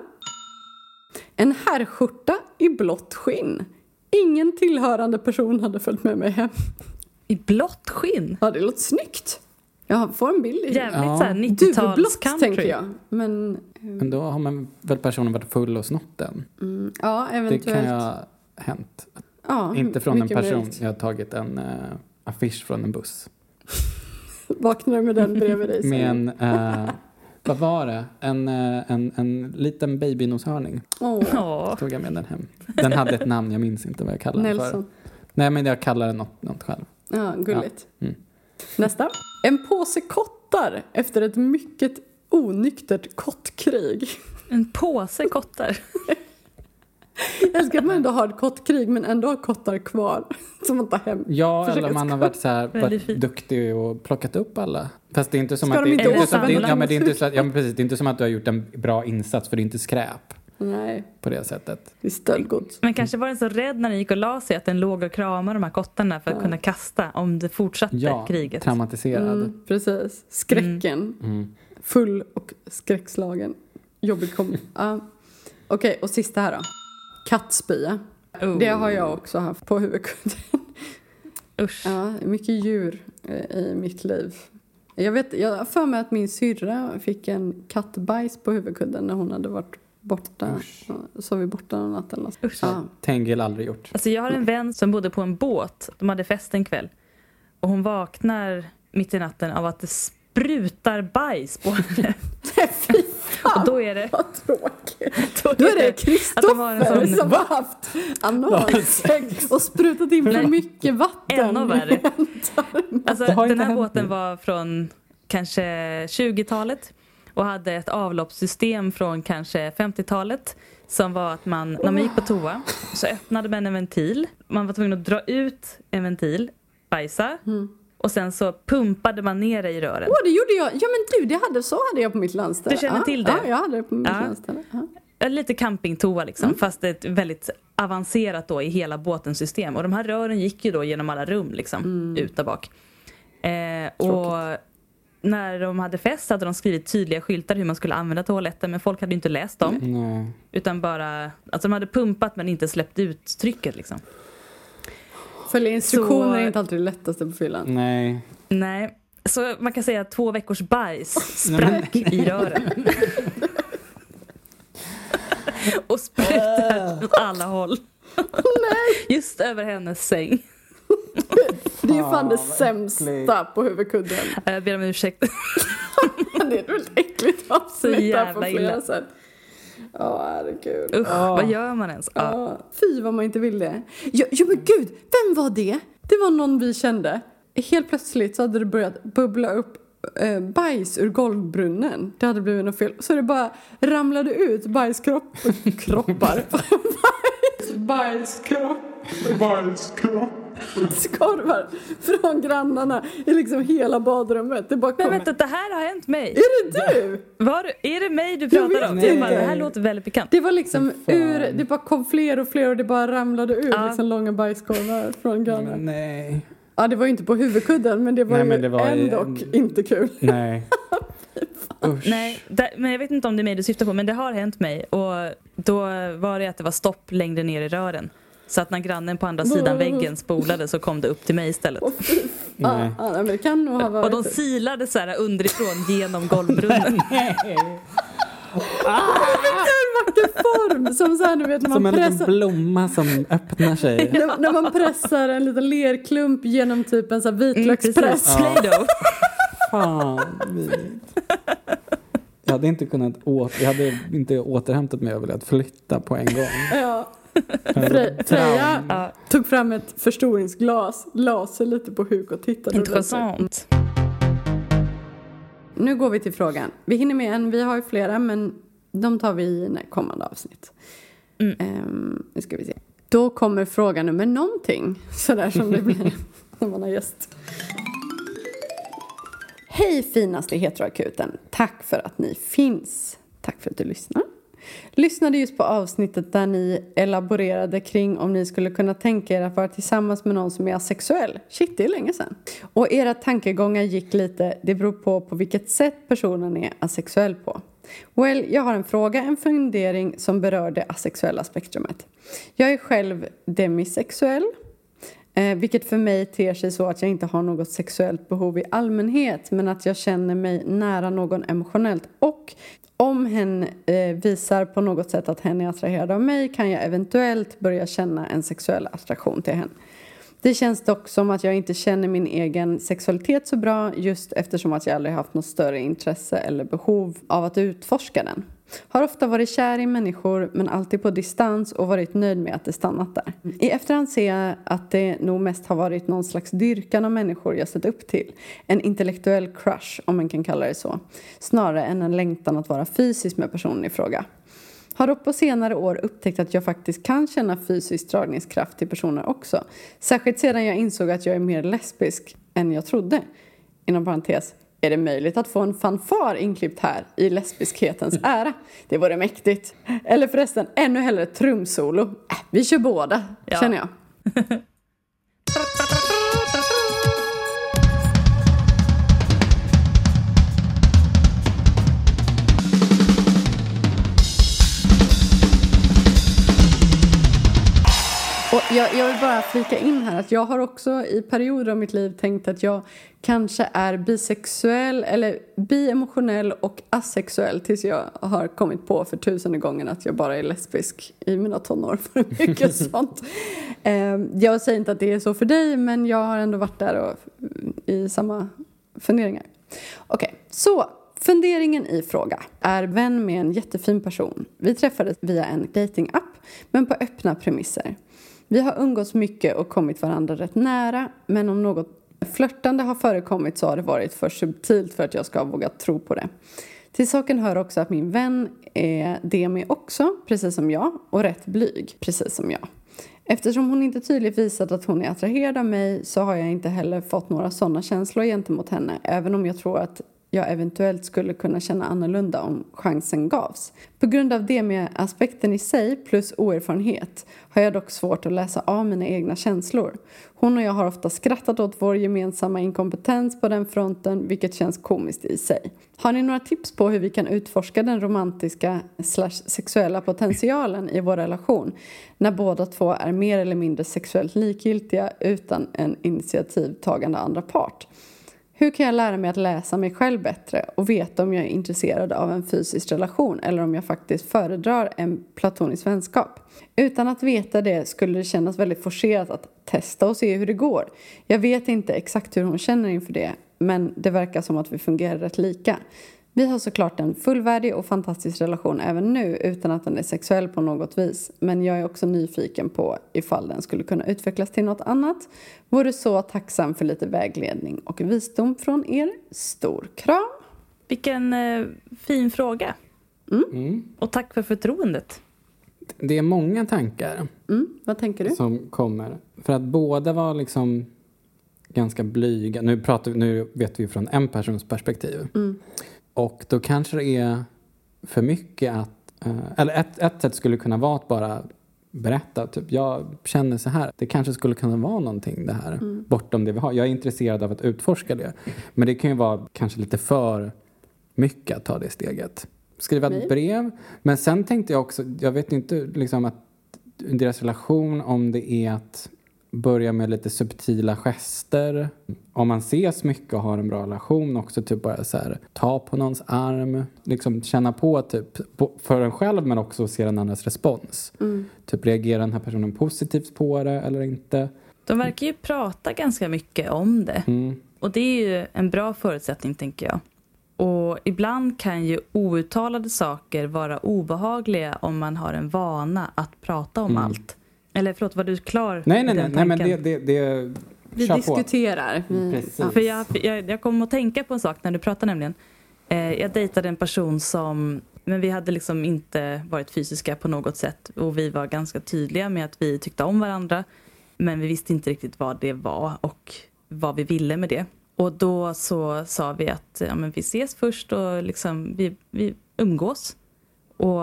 En herrskjorta i blått skinn. Ingen tillhörande person hade följt med mig hem. I blått skinn? Ja, det låter snyggt. Jag får en bild i jävligt ja. såhär nittio-tals country. Tänker jag. Men, Men då har man väl personen varit full och snott den. Mm, ja, eventuellt. Det kan ju ha hänt. Ja, inte från en person. Möjligt. Jag har tagit en uh, affisch från en buss. Vaknar med den bredvid dig. med en uh, Vad var det? En, en, en liten babynoshörning. Åh. Tog jag med den hem. Den hade ett namn, jag minns inte vad jag kallade den för. Nelson. Nej, men jag kallar den något, något själv. Ja, gulligt. Ja. Mm. Nästa. En påse kottar efter ett mycket onyktert kottkrig. En påse kottar. Jag älskar att man ändå har ett kottkrig men ändå har kottar kvar som man tar hem. Ja, Försöka eller man har varit så här, varit duktig och plockat upp alla. Fast det är inte som Ska att de det, inte är inte som, det, återvända? ja, men det är inte så att, ja, men precis, det är inte som att du har gjort en bra insats för det är inte skräp Nej, på det sättet. det är stöldgods. Men kanske var den så rädd när den gick och la sig att den låg och kramade de här kottarna för att Ja. kunna kasta om det fortsatte Ja, kriget. traumatiserad. Mm, precis. Skräcken. Mm. Full och skräckslagen. Jobbig kom. Ja. Okej, och sista här då. Kattspya. Oh. Det har jag också haft på huvudkudden. Usch. Ja, mycket djur eh, i mitt liv. Jag vet, jag har för mig att min syrra fick en kattbajs på huvudkudden när hon hade varit borta. Ja, så vi borta någon natt eller något. Usch. Ja. Tengil aldrig gjort. Alltså jag har en vän som bodde på en båt. De hade fest en kväll. Och hon vaknar mitt i natten av att det sprutar bajs på henne. Fy fan, Och då är det... vad tråkigt. Då Då är det att de har en Kristoffer sån- som har haft analsex och sprutat in för Nej. mycket vatten. Ännu värre. Alltså, Det har den inte här hänt båten nu. var från kanske tjugotalet och hade ett avloppssystem från kanske femtiotalet som var att man, när man gick på toa så öppnade man en ventil. Man var tvungen att dra ut en ventil, bajsa Mm. och sen så pumpade man ner det i rören. Åh, det gjorde jag. Ja, men du, det hade, så hade jag på mitt landställe. Du känner Ja, till det? Ja, jag hade det på mitt Ja. landställe. Ja. Lite campingtoa liksom, Mm. fast ett väldigt avancerat då i hela båtens system. Och de här rören gick ju då genom alla rum liksom, Mm. ut och bak. Eh, och när de hade fest hade de skrivit tydliga skyltar hur man skulle använda toaletten, men folk hade ju inte läst dem. Nej. Utan bara, alltså de hade pumpat men inte släppt ut trycket liksom. Följa instruktioner Så- är inte alltid det lättaste på fyllan. Nej. Nej, så man kan säga att två veckors bajs sprack i rören. Och sprutar åt alla håll. Just över hennes säng. Det är ju fan det vad sämsta på huvudkudden. Jag ber om ursäkt. Det är ett väldigt äckligt avsnitt där jävla på flera illa. sätt. Ja, herregud. Usch, vad gör man ens? Ja. Ja, fy vad man inte ville. Jo, jo men gud, vem var det? Det var någon vi kände. Helt plötsligt så hade det börjat bubbla upp eh, bajs ur golvbrunnen. Det hade blivit något fel. Så det bara ramlade ut bajskropp, kroppar. Bajs, bajskropp. Bajskropp. Skorvar från grannarna i liksom hela badrummet. Det bara Men kom. vänta, det här har hänt mig. Är det du? Var, är det mig du Jag pratar vet om? inte. Jag bara, det här låter väldigt bekant. Det var liksom Fan. ur, det bara kom fler och fler och det bara ramlade ur Ja. liksom långa bajskorvar från grannarna. Men nej. Ja, det var ju inte på huvudkudden, men det var Nej, ju men det var ju ändå en- inte kul. Nej. Usch. Nej, där, men jag vet inte om det är mig du syftar på, men det har hänt mig. Och då var det att det var stopp längre ner i rören. Så att när grannen på andra sidan väggen spolade så kom det upp till mig istället. Åh, fy fan. Nej. Ja, men det kan nog ha varit Och de silade så här underifrån genom golvbrunnen. en vacker form. Som så här, du vet, när Som man, en liten pressar, blomma som öppnar sig. när, när man pressar en liten lerklump genom typ en så här Mm, vitlökspress. precis. Play-Doh. Fan, vidrigt. Jag hade inte kunnat åter, jag hade inte återhämtat mig över att flytta på en gång. Ja. Fre- Freja Ja, tog fram ett förstoringsglas, la sig lite på huk och tittade. intressant. Nu går vi till frågan. Vi hinner med en, vi har ju flera, men de tar vi i kommande avsnitt. Mm. Um, nu ska vi se. Då kommer fråga nummer någonting. Sådär som det blir när man har gäst. Hej finaste heteroakuten. Tack för att ni finns. Tack för att du lyssnar. Lyssnade just på avsnittet där ni elaborerade kring om ni skulle kunna tänka er att vara tillsammans med någon som är asexuell. Shit, det är länge sedan. Och era tankegångar gick lite, det beror på på vilket sätt personen är asexuell på. Well, jag har en fråga, en fundering som berör det asexuella spektrumet. Jag är själv demisexuell. Eh, vilket för mig ter sig så att jag inte har något sexuellt behov i allmänhet. Men att jag känner mig nära någon emotionellt. Och om hen eh, visar på något sätt att hen är attraherad av mig kan jag eventuellt börja känna en sexuell attraktion till hen. Det känns dock som att jag inte känner min egen sexualitet så bra just eftersom att jag aldrig haft något större intresse eller behov av att utforska den. Har ofta varit kär i människor men alltid på distans och varit nöjd med att det stannat där. I efterhand ser jag att det nog mest har varit någon slags dyrkan av människor jag sett upp till. En intellektuell crush, om man kan kalla det så. Snarare än en längtan att vara fysisk med personen i fråga. Har dock på senare år upptäckt att jag faktiskt kan känna fysisk dragningskraft till personer också. Särskilt sedan jag insåg att jag är mer lesbisk än jag trodde. Inom parentes, är det möjligt att få en fanfar inklippt här i lesbiskhetens ära? Det vore mäktigt. Eller förresten, ännu hellre trumsolo. Äh, vi kör båda, ja. Känner jag. Och jag, jag vill bara flika in här att jag har också i perioder av mitt liv tänkt att jag kanske är bisexuell eller biemotionell och asexuell tills jag har kommit på för tusende gången att jag bara är lesbisk i mina tonår för mycket sånt. Jag säger inte att det är så för dig, men jag har ändå varit där och, i samma funderingar. Okej, okay, så funderingen i fråga är vän med en jättefin person. Vi träffades via en datingapp men på öppna premisser. Vi har umgåtts mycket och kommit varandra rätt nära, men om något flörtande har förekommit så har det varit för subtilt för att jag ska ha vågat tro på det. Till saken hör också att min vän är demi också, precis som jag, och rätt blyg, precis som jag. Eftersom hon inte tydligt visat att hon är attraherad av mig så har jag inte heller fått några sådana känslor gentemot henne, även om jag tror att jag eventuellt skulle kunna känna annorlunda om chansen gavs. På grund av det med aspekten i sig plus oerfarenhet har jag dock svårt att läsa av mina egna känslor. Hon och jag har ofta skrattat åt vår gemensamma inkompetens på den fronten, vilket känns komiskt i sig. Har ni några tips på hur vi kan utforska den romantiska slash sexuella potentialen i vår relation när båda två är mer eller mindre sexuellt likgiltiga utan en initiativtagande andra part? Hur kan jag lära mig att läsa mig själv bättre och veta om jag är intresserad av en fysisk relation eller om jag faktiskt föredrar en platonisk vänskap? Utan att veta det skulle det kännas väldigt forcerat att testa och se hur det går. Jag vet inte exakt hur hon känner inför det, men det verkar som att vi fungerar rätt lika. Vi har såklart en fullvärdig och fantastisk relation även nu utan att den är sexuell på något vis. Men jag är också nyfiken på ifall den skulle kunna utvecklas till något annat. Vore så tacksam för lite vägledning och visdom från er. Stor kram! Vilken eh, fin fråga. Mm. Mm. Och tack för förtroendet. Det är många tankar. Mm. Vad tänker du? Som kommer. För att båda var liksom ganska blyga. Nu, pratar vi, nu vet vi från en persons perspektiv. Mm. Och då kanske det är för mycket att... Eller ett, ett sätt skulle kunna vara att bara berätta. Typ, jag känner så här. Det kanske skulle kunna vara någonting det här. Mm. Bortom det vi har. Jag är intresserad av att utforska det. Men det kan ju vara kanske lite för mycket att ta det steget. Skriva ett brev. Men sen tänkte jag också... Jag vet inte liksom att deras relation, om det är att börja med lite subtila gester. Om man ses mycket och har en bra relation också, typ bara så här, ta på någons arm, liksom känna på typ på, för en själv men också se den andras respons. Mm. Typ reagerar den här personen positivt på det eller inte? De verkar ju prata ganska mycket om det. Mm. Och det är ju en bra förutsättning, tänker jag. Och ibland kan ju outtalade saker vara obehagliga om man har en vana att prata om mm. allt. Eller förlåt, var du klar? Nej, nej, nej, nej men det... det, det Vi diskuterar. Mm. Ja. För jag, jag, jag kom att tänka på en sak när du pratade nämligen. Eh, jag dejtade en person som... Men vi hade liksom inte varit fysiska på något sätt. Och vi var ganska tydliga med att vi tyckte om varandra. Men vi visste inte riktigt vad det var och vad vi ville med det. Och då så sa vi att ja, men vi ses först och liksom, vi, vi umgås. Och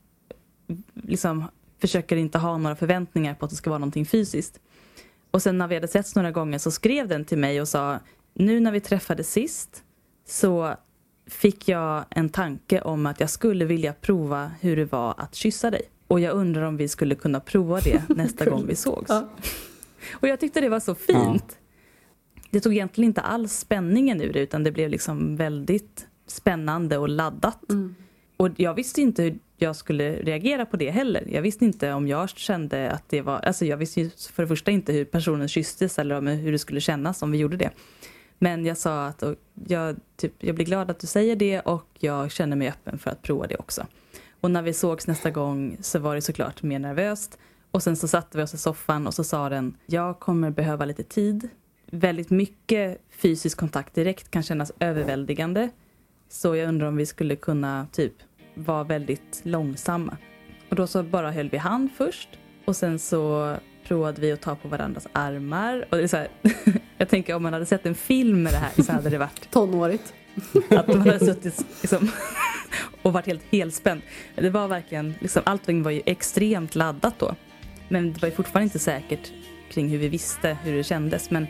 liksom försöker inte ha några förväntningar på att det ska vara någonting fysiskt. Och sen när vi hade setts några gånger så skrev den till mig och sa, nu när vi träffades sist så fick jag en tanke om att jag skulle vilja prova hur det var att kyssa dig. Och jag undrar om vi skulle kunna prova det nästa gång vi sågs. Ja. Och jag tyckte det var så fint. Ja. Det tog egentligen inte alls spänningen ur det, utan det blev liksom väldigt spännande och laddat. Mm. Och jag visste inte hur jag skulle reagera på det heller. Jag visste inte om jag kände att det var... Alltså jag visste ju för det första inte hur personen kysstes eller om hur det skulle kännas om vi gjorde det. Men jag sa att jag, typ, jag blir glad att du säger det och jag känner mig öppen för att prova det också. Och när vi sågs nästa gång så var det såklart mer nervöst. Och sen så satte vi oss i soffan och så sa den, jag kommer behöva lite tid. Väldigt mycket fysisk kontakt direkt kan kännas överväldigande. Så jag undrar om vi skulle kunna typ vara väldigt långsamma. Och då så bara höll vi hand först. Och sen så provade vi att ta på varandras armar. Och det är så här, jag tänker om man hade sett en film med det här så hade det varit... Tonårigt. Att man hade suttit liksom, och varit helt helspänd. Det var verkligen, liksom, allting var ju extremt laddat då. Men det var ju fortfarande inte säkert kring hur vi visste hur det kändes. Men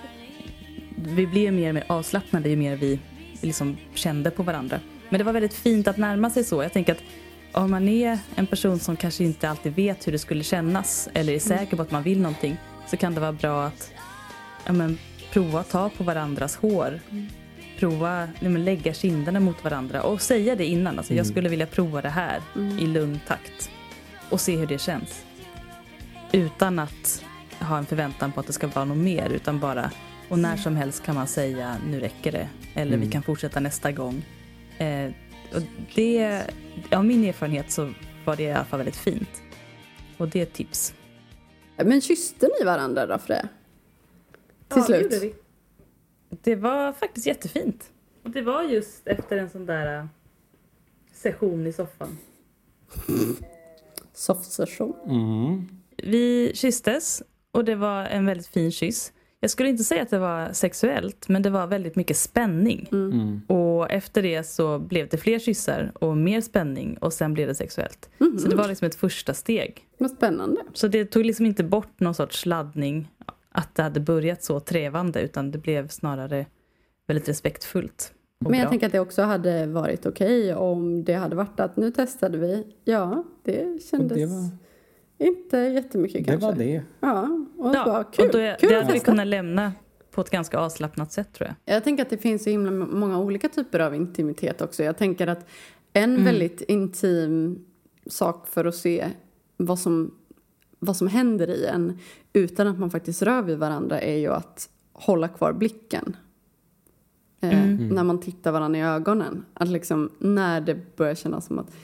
vi blev mer och mer avslappnade ju mer vi liksom kände på varandra. Men det var väldigt fint att närma sig så. Jag tänker att om man är en person som kanske inte alltid vet hur det skulle kännas eller är säker på att man vill någonting, så kan det vara bra att ja, men, prova att ta på varandras hår. Prova ja, men, lägga kinderna mot varandra och säga det innan. Alltså, mm. Jag skulle vilja prova det här mm. i lugn takt och se hur det känns. Utan att ha en förväntan på att det ska vara något mer, utan bara, och när som helst kan man säga nu räcker det, eller mm. vi kan fortsätta nästa gång. Eh, och det, av min erfarenhet så var det i alla fall väldigt fint. Och det är ett tips. Men kysste ni varandra då för det? Till ja, slut? Det, det var faktiskt jättefint. Och det var just efter en sån där session i soffan. Soft-session. Mm. Vi kysstes och det var en väldigt fin kyss. Jag skulle inte säga att det var sexuellt, men det var väldigt mycket spänning. Mm. Mm. Och efter det så blev det fler kyssar och mer spänning och sen blev det sexuellt. Mm. Så det var liksom ett första steg. Vad spännande. Så det tog liksom inte bort någon sorts laddning att det hade börjat så trevande, utan det blev snarare väldigt respektfullt. Men jag bra. tänker att det också hade varit okej om det hade varit att nu testade vi. Ja, det kändes det var... inte jättemycket det kanske. var det. Ja, och Ja, bara, kul. och då, kul kul det att hade vi testa. kunnat lämna på ett ganska avslappnat sätt, tror jag. Jag tänker att det finns så himla många olika typer av intimitet också. Jag tänker att en Mm. väldigt intim sak för att se vad som, vad som händer i en utan att man faktiskt rör vid varandra är ju att hålla kvar blicken. Eh, Mm. När man tittar varandra i ögonen. Att liksom när det börjar kännas som att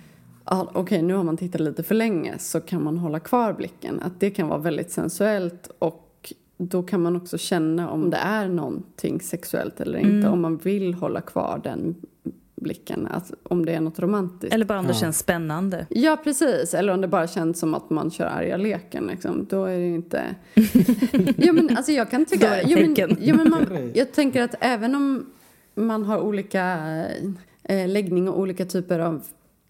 ah, okej, okay, nu har man tittat lite för länge, så kan man hålla kvar blicken. Att det kan vara väldigt sensuellt, och då kan man också känna om det är någonting sexuellt eller inte. Mm. Om man vill hålla kvar den blicken, att om det är något romantiskt. Eller bara om det Ja. känns spännande. Ja, precis. Eller om det bara känns som att man kör arga leken. Liksom. Då är det ju inte... ja, men alltså jag kan tycka... Då är det jo, men, tecken. jo, men man, jag tänker att även om man har olika eh, läggning och olika typer av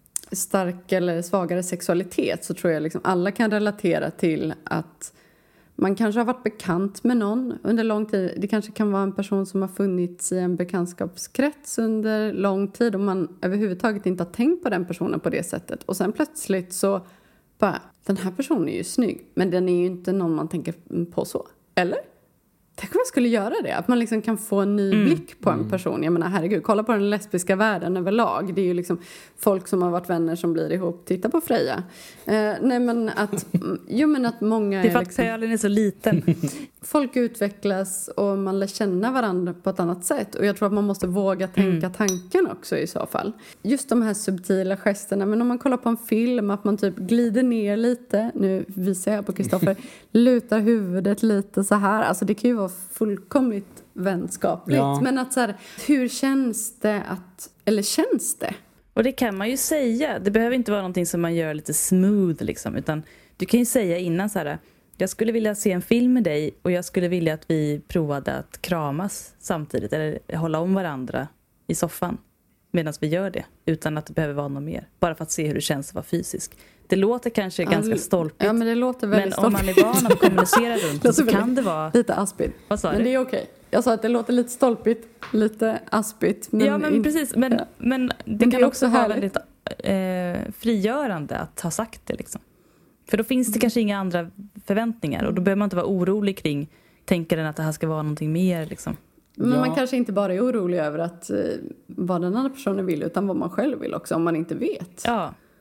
stark eller svagare sexualitet, så tror jag liksom alla kan relatera till att man kanske har varit bekant med någon under lång tid. Det kanske kan vara en person som har funnits i en bekantskapskrets under lång tid och man överhuvudtaget inte har tänkt på den personen på det sättet. Och sen plötsligt så bara, den här personen är ju snygg, men den är ju inte någon man tänker på så. Eller? Tänk om jag skulle göra det. Att man liksom kan få en ny Mm. blick på en person. Jag menar, herregud, kolla på den lesbiska världen överlag. Det är ju liksom folk som har varit vänner som blir ihop. Titta på Freja. Eh, nej, men att, jo, men att många Det är för är att liksom, pölen är så liten. folk utvecklas och man lär känna varandra på ett annat sätt. Och jag tror att man måste våga tänka Mm. tanken också i så fall. Just de här subtila gesterna. Men om man kollar på en film, att man typ glider ner lite. Nu visar jag på Kristoffer. Lutar huvudet lite så här. Alltså det kan ju vara fullkomligt vänskapligt. Ja. Men att så här, hur känns det att... Eller känns det? Och det kan man ju säga. Det behöver inte vara någonting som man gör lite smooth liksom. Utan du kan ju säga innan så här: jag skulle vilja se en film med dig och jag skulle vilja att vi provade att kramas samtidigt. Eller hålla om varandra i soffan medan vi gör det. Utan att det behöver vara något mer. Bara för att se hur det känns att vara fysisk. Det låter kanske Ja, ganska det- stolpigt. Ja, men det låter väldigt Men om man är van att kommunicera runt det så Låter kan det vara... lite aspigt. Vad sa Men du? det är okej. Jag sa att det låter lite stolpigt, lite aspigt. Men ja, men in- precis. Men, ja. men det Men kan det är också också vara härligt. väldigt eh, frigörande att ha sagt det. Liksom. För då finns det kanske inga andra förväntningar. Och då behöver man inte vara orolig kring, tänker den att det här ska vara någonting mer. Liksom. Men Ja. man kanske inte bara är orolig över att, eh, vad den andra personen vill, utan vad man själv vill också, om man inte vet. Ja,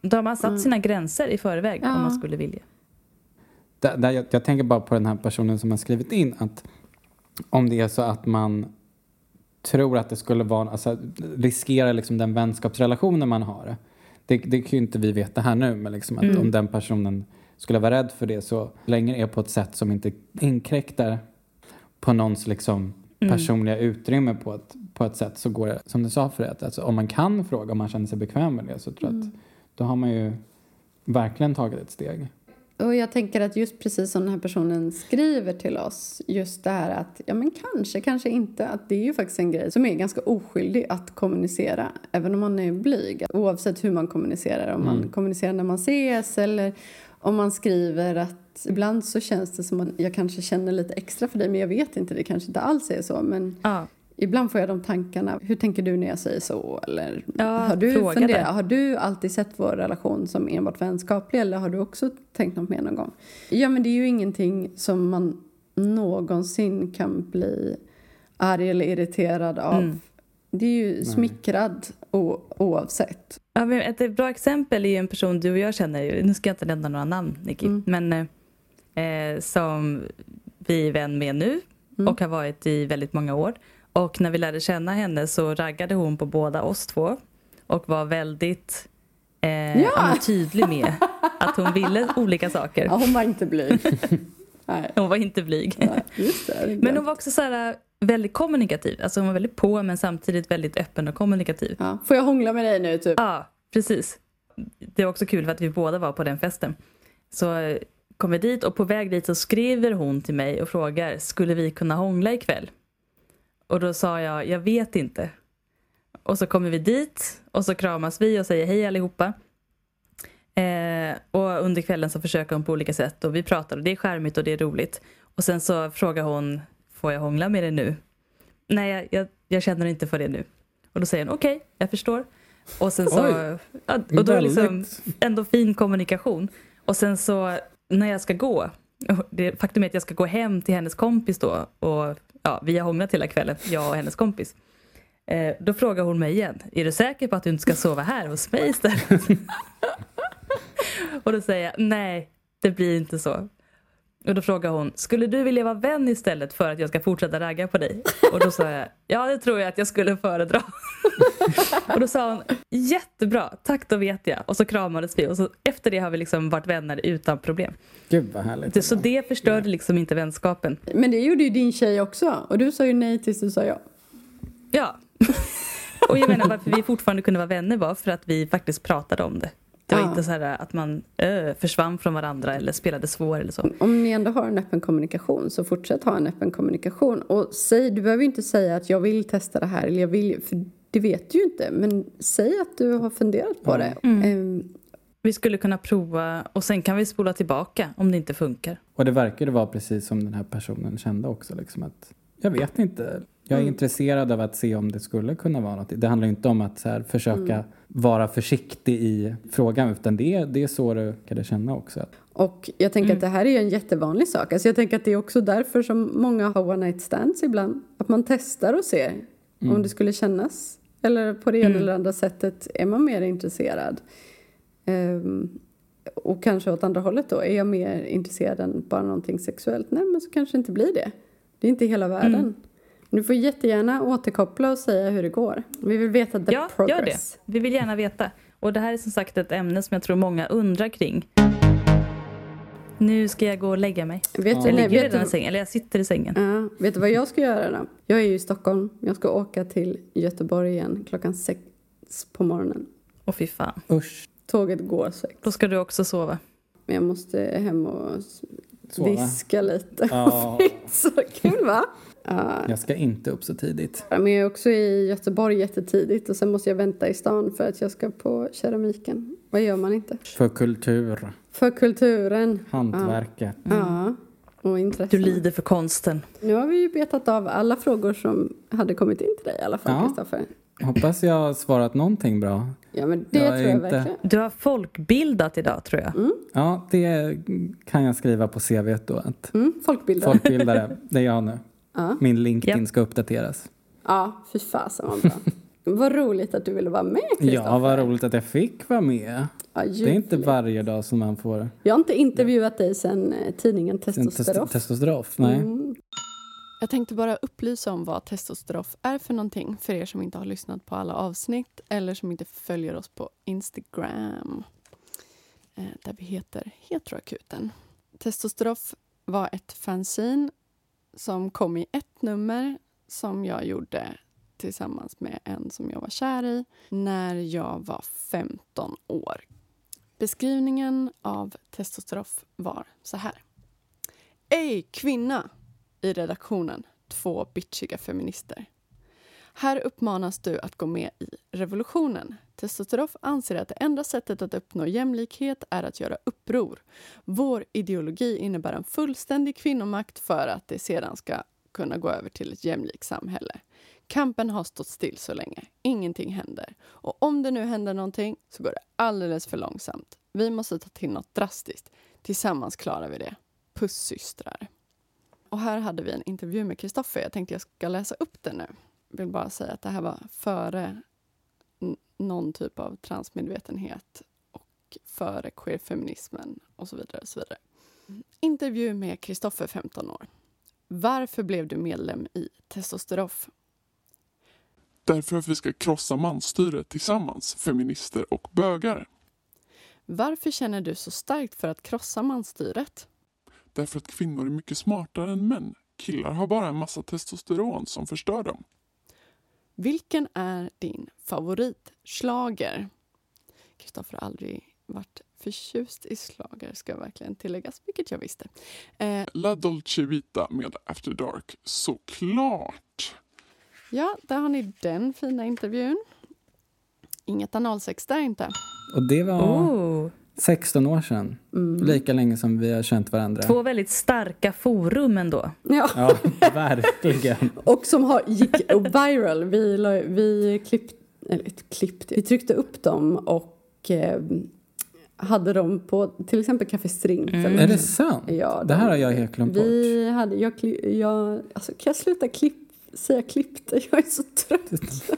Då har man satt sina gränser i förväg Ja. om man skulle vilja. Där, där jag, jag tänker bara på den här personen som har skrivit in att om det är så att man tror att det skulle vara, alltså riskera liksom den vänskapsrelationen man har. Det, det kan ju inte vi veta här nu, men liksom att Mm. om den personen skulle vara rädd för det, så länge det är på ett sätt som inte inkräktar på någons liksom Mm. personliga utrymme på ett, på ett sätt, så går det, som du sa förut, alltså om man kan fråga, om man känner sig bekväm med det, så tror jag Mm. att då har man ju verkligen tagit ett steg. Och jag tänker att just precis som den här personen skriver till oss, just det här att, ja men kanske, kanske inte, att det är ju faktiskt en grej som är ganska oskyldig att kommunicera, även om man är blyg. Oavsett hur man kommunicerar, om man Mm. kommunicerar när man ses eller om man skriver att ibland så känns det som att jag kanske känner lite extra för dig, men jag vet inte, det kanske inte alls är så, men Ja. ibland får jag de tankarna, hur tänker du när jag säger så? Eller Ja, har du fråga funderat, det. har du alltid sett vår relation som enbart vänskaplig, eller har du också tänkt något mer någon gång? Ja, men det är ju ingenting som man någonsin kan bli arg eller irriterad av. Mm. Det är ju smickrad o- oavsett. Ja, men ett bra exempel är ju en person du och jag känner ju. Nu ska jag inte nämna några namn, Nicky. Mm. Men eh, som vi är vän med nu Mm. och har varit i väldigt många år. Och när vi lärde känna henne så raggade hon på båda oss två. Och var väldigt eh, Ja! ja, men tydlig med att hon ville olika saker. Ja, hon var inte blyg. Nej, Hon var inte blyg. nej, just det. det är Men glömt. hon var också så här väldigt kommunikativ. Alltså hon var väldigt på, men samtidigt väldigt öppen och kommunikativ. Ja. Får jag hångla med dig nu, typ? Ja, precis. Det var också kul för att vi båda var på den festen. Så eh, kom vi dit och på väg dit så skriver hon till mig och frågar, skulle vi kunna hångla ikväll? Och då sa jag, jag vet inte. Och så kommer vi dit och så kramas vi och säger hej allihopa. Eh, och under kvällen så försöker hon på olika sätt och vi pratar och det är charmigt och det är roligt. Och sen så frågar hon, får jag hångla med dig nu? Nej, jag, jag, jag känner inte för det nu. Och då säger hon, okej, okay, jag förstår. Och sen så, Oj, ja, och då är det liksom väldigt. ändå fin kommunikation. Och sen så, när jag ska gå, och det, faktum är att jag ska gå hem till hennes kompis då. Och ja, vi har hånglat hela kvällen, jag och hennes kompis. Eh, då frågar hon mig igen, är du säker på att du inte ska sova här hos mig istället? Och då säger jag, nej, det blir inte så. Och då frågar hon, skulle du vilja vara vän istället för att jag ska fortsätta ragga på dig? Och då sa jag, ja det tror jag att jag skulle föredra. Och då sa hon, jättebra, tack då vet jag. Och så kramades vi och så efter det har vi liksom varit vänner utan problem. Gud vad härligt. Det, så det förstörde liksom inte vänskapen. Men det gjorde ju din tjej också. Och du sa ju nej tills du sa ja. Ja. Och jag menar varför vi fortfarande kunde vara vänner var för att vi faktiskt pratade om det. Det var Ja. inte så här att man ö, försvann från varandra eller spelade svår eller så. Om ni ändå har en öppen kommunikation, så fortsätt ha en öppen kommunikation. Och säg, du behöver inte säga att jag vill testa det här eller jag vill, för det vet du ju inte. Men säg att du har funderat på Ja. det. Mm. Ehm, Vi skulle kunna prova och sen kan vi spola tillbaka om det inte funkar. Och det verkar vara precis som den här personen kände också. Liksom att, jag vet inte. Jag är Mm. intresserad av att se om det skulle kunna vara något. Det handlar inte om att så här, försöka Mm. vara försiktig i frågan. Utan det, det är så du kan det känna också. och jag tänker Mm. att det här är ju en jättevanlig sak. Alltså jag tänker att det är också därför som många har one night stands ibland. Att man testar och ser Mm. om det skulle kännas. Eller på det ena Mm. eller andra sättet är man mer intresserad. Ehm, och kanske åt andra hållet då. Är jag mer intresserad än bara någonting sexuellt? Nej, men så kanske inte blir det. Det är inte hela världen. Mm. Du får jättegärna återkoppla och säga hur det går. Vi vill veta the Ja, progress. gör det. Vi vill gärna veta. Och det här är som sagt ett ämne som jag tror många undrar kring. Nu ska jag gå och lägga mig. Vet, Ja. du, Jag nej, ligger vet, redan i du, sängen, eller jag sitter i sängen. ja, vet du vad jag ska göra då? Jag är ju i Stockholm. Jag ska åka till Göteborg igen klockan sex på morgonen. Och fy fan. Usch. Tåget går sex. Då ska du också sova. Men jag måste hem och s- Sova. diska lite. Ja, Så kul, va? Ja. jag ska inte upp så tidigt. Men jag är också i Göteborg jättetidigt. Och sen måste jag vänta i stan för att jag ska på keramiken. Vad gör man inte? För kultur, För kulturen. hantverket. Ja. Och intressen. Du lider för konsten. Nu har vi ju betat av alla frågor som hade kommit in till dig i alla fall, Ja. Kristoffer. Hoppas jag har svarat någonting bra. Ja, men det Jag är tror jag inte- verkligen. Du har folkbildat idag, tror jag. Mm. Ja, det kan jag skriva på C V:t då. Att Mm, folkbildare. folkbildare, det är jag nu. Ja. Min LinkedIn Japp. ska uppdateras. Ja, fy fasen vad bra. Vad roligt att du ville vara med, Kristoffer. Ja, vad roligt att jag fick vara med. Ja, det är inte varje dag som man får... Jag har inte intervjuat dig sen tidningen Testosterof. Testosterof, nej. Mm. Jag tänkte bara upplysa om vad Testosterof är för någonting för er som inte har lyssnat på alla avsnitt eller som inte följer oss på Instagram eh, där vi heter Heteroakuten. Testosterof var ett fanzine som kom i ett nummer som jag gjorde tillsammans med en som jag var kär i när jag var femton år. Beskrivningen av Testosterof var så här. Ej kvinna! I redaktionen, två bitchiga feminister. Här uppmanas du att gå med i revolutionen. Testosterof anser att det enda sättet att uppnå jämlikhet är att göra uppror. Vår ideologi innebär en fullständig kvinnomakt för att det sedan ska kunna gå över till ett jämlikt samhälle. Kampen har stått still så länge. Ingenting händer. Och om det nu händer någonting så går det alldeles för långsamt. Vi måste ta till något drastiskt. Tillsammans klarar vi det. Puss systrar. Och här hade vi en intervju med Kristoffer. Jag tänkte jag ska läsa upp det nu. Jag vill bara säga att det här var före n- någon typ av transmedvetenhet och före queerfeminismen och så vidare. Och så vidare. Intervju med Kristoffer, femton år. Varför blev du medlem i Testosterof? Därför att vi ska krossa mansstyret tillsammans, feminister och bögar. Varför känner du så starkt för att krossa mansstyret? Därför att kvinnor är mycket smartare än män. Killar har bara en massa testosteron som förstör dem. Vilken är din favoritschlager? Kristoffer har aldrig varit förtjust i slager, ska verkligen tilläggas, vilket jag visste. Eh, La Dolce Vita med After Dark, såklart. Ja, där har ni den fina intervjun. Inget analsex där inte. Och det var Oh. sexton år sedan. Mm. Lika länge som vi har känt varandra. Två väldigt starka forum ändå. Ja. Ja, verkligen. Och som har, gick viral. Vi, la- vi klippt, eller klippt, vi tryckte upp dem och eh, hade dem på till exempel Café String. Mm. Är det sant? Ja, det här har jag helt glömt bort. Vi hade, jag, kli- jag, alltså kan jag sluta klipp, säga klippte? Jag är så trött.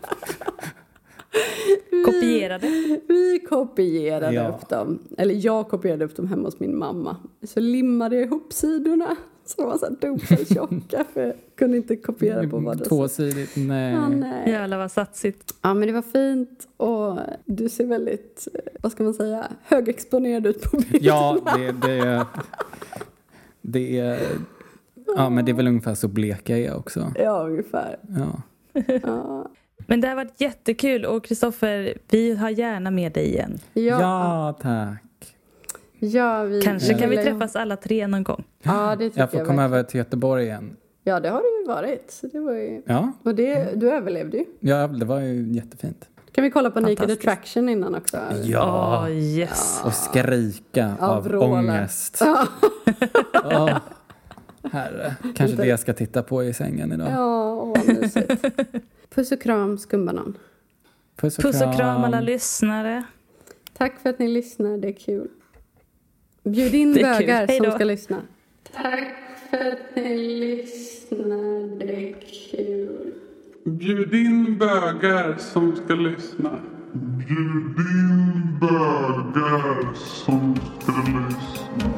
Kopierade. Vi kopierade Ja. upp dem. Eller jag kopierade upp dem hemma hos min mamma. Så limmade jag ihop sidorna. Så de var så här dubbelt tjocka. För jag kunde inte kopiera på vad det Tvåsidigt, nej. Ja, nej. Jävlar vad satsigt. Ja, men det var fint. Och du ser väldigt, vad ska man säga, högexponerad ut på bilden. Ja, det, det, det är... Ja, men det är väl ungefär så blek jag är också. Ja, ungefär. Ja. Ja, Men det har varit jättekul och Kristoffer, vi har gärna med dig igen. ja, Ja, tack. ja vi, Kanske kan vi eller- träffas alla tre någon gång. Ja, det tycker Jag får jag komma verkligen. över till Göteborg igen. Ja, det har det ju varit. Så det var ju... Ja, Och det, du överlevde ju. ja, det var ju jättefint. Kan vi kolla på Naked Fantastiskt. Attraction innan också? Ja, Åh, yes. och skrika Ja, av vråla. ångest. Ja, Åh, herre. Kanske det jag ska titta på i sängen idag. ja, åh, vad mysigt. Puss och kram, skumbanan. Puss och Puss kram. och kram alla lyssnare. Tack för att ni lyssnar, det är kul. Bjud in Det är kul. bögar Hej som då. ska lyssna. Tack för att ni lyssnar, det är kul. Bjud in bögar som ska lyssna. Bjud in bögar som ska lyssna.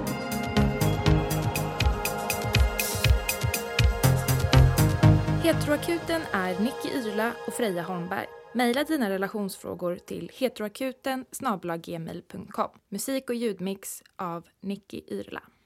Heteroakuten är Nicky Yrla och Freja Holmberg. Maila dina relationsfrågor till heteroakuten snabel-a gmail punkt com. Musik och ljudmix av Nicky Yrla.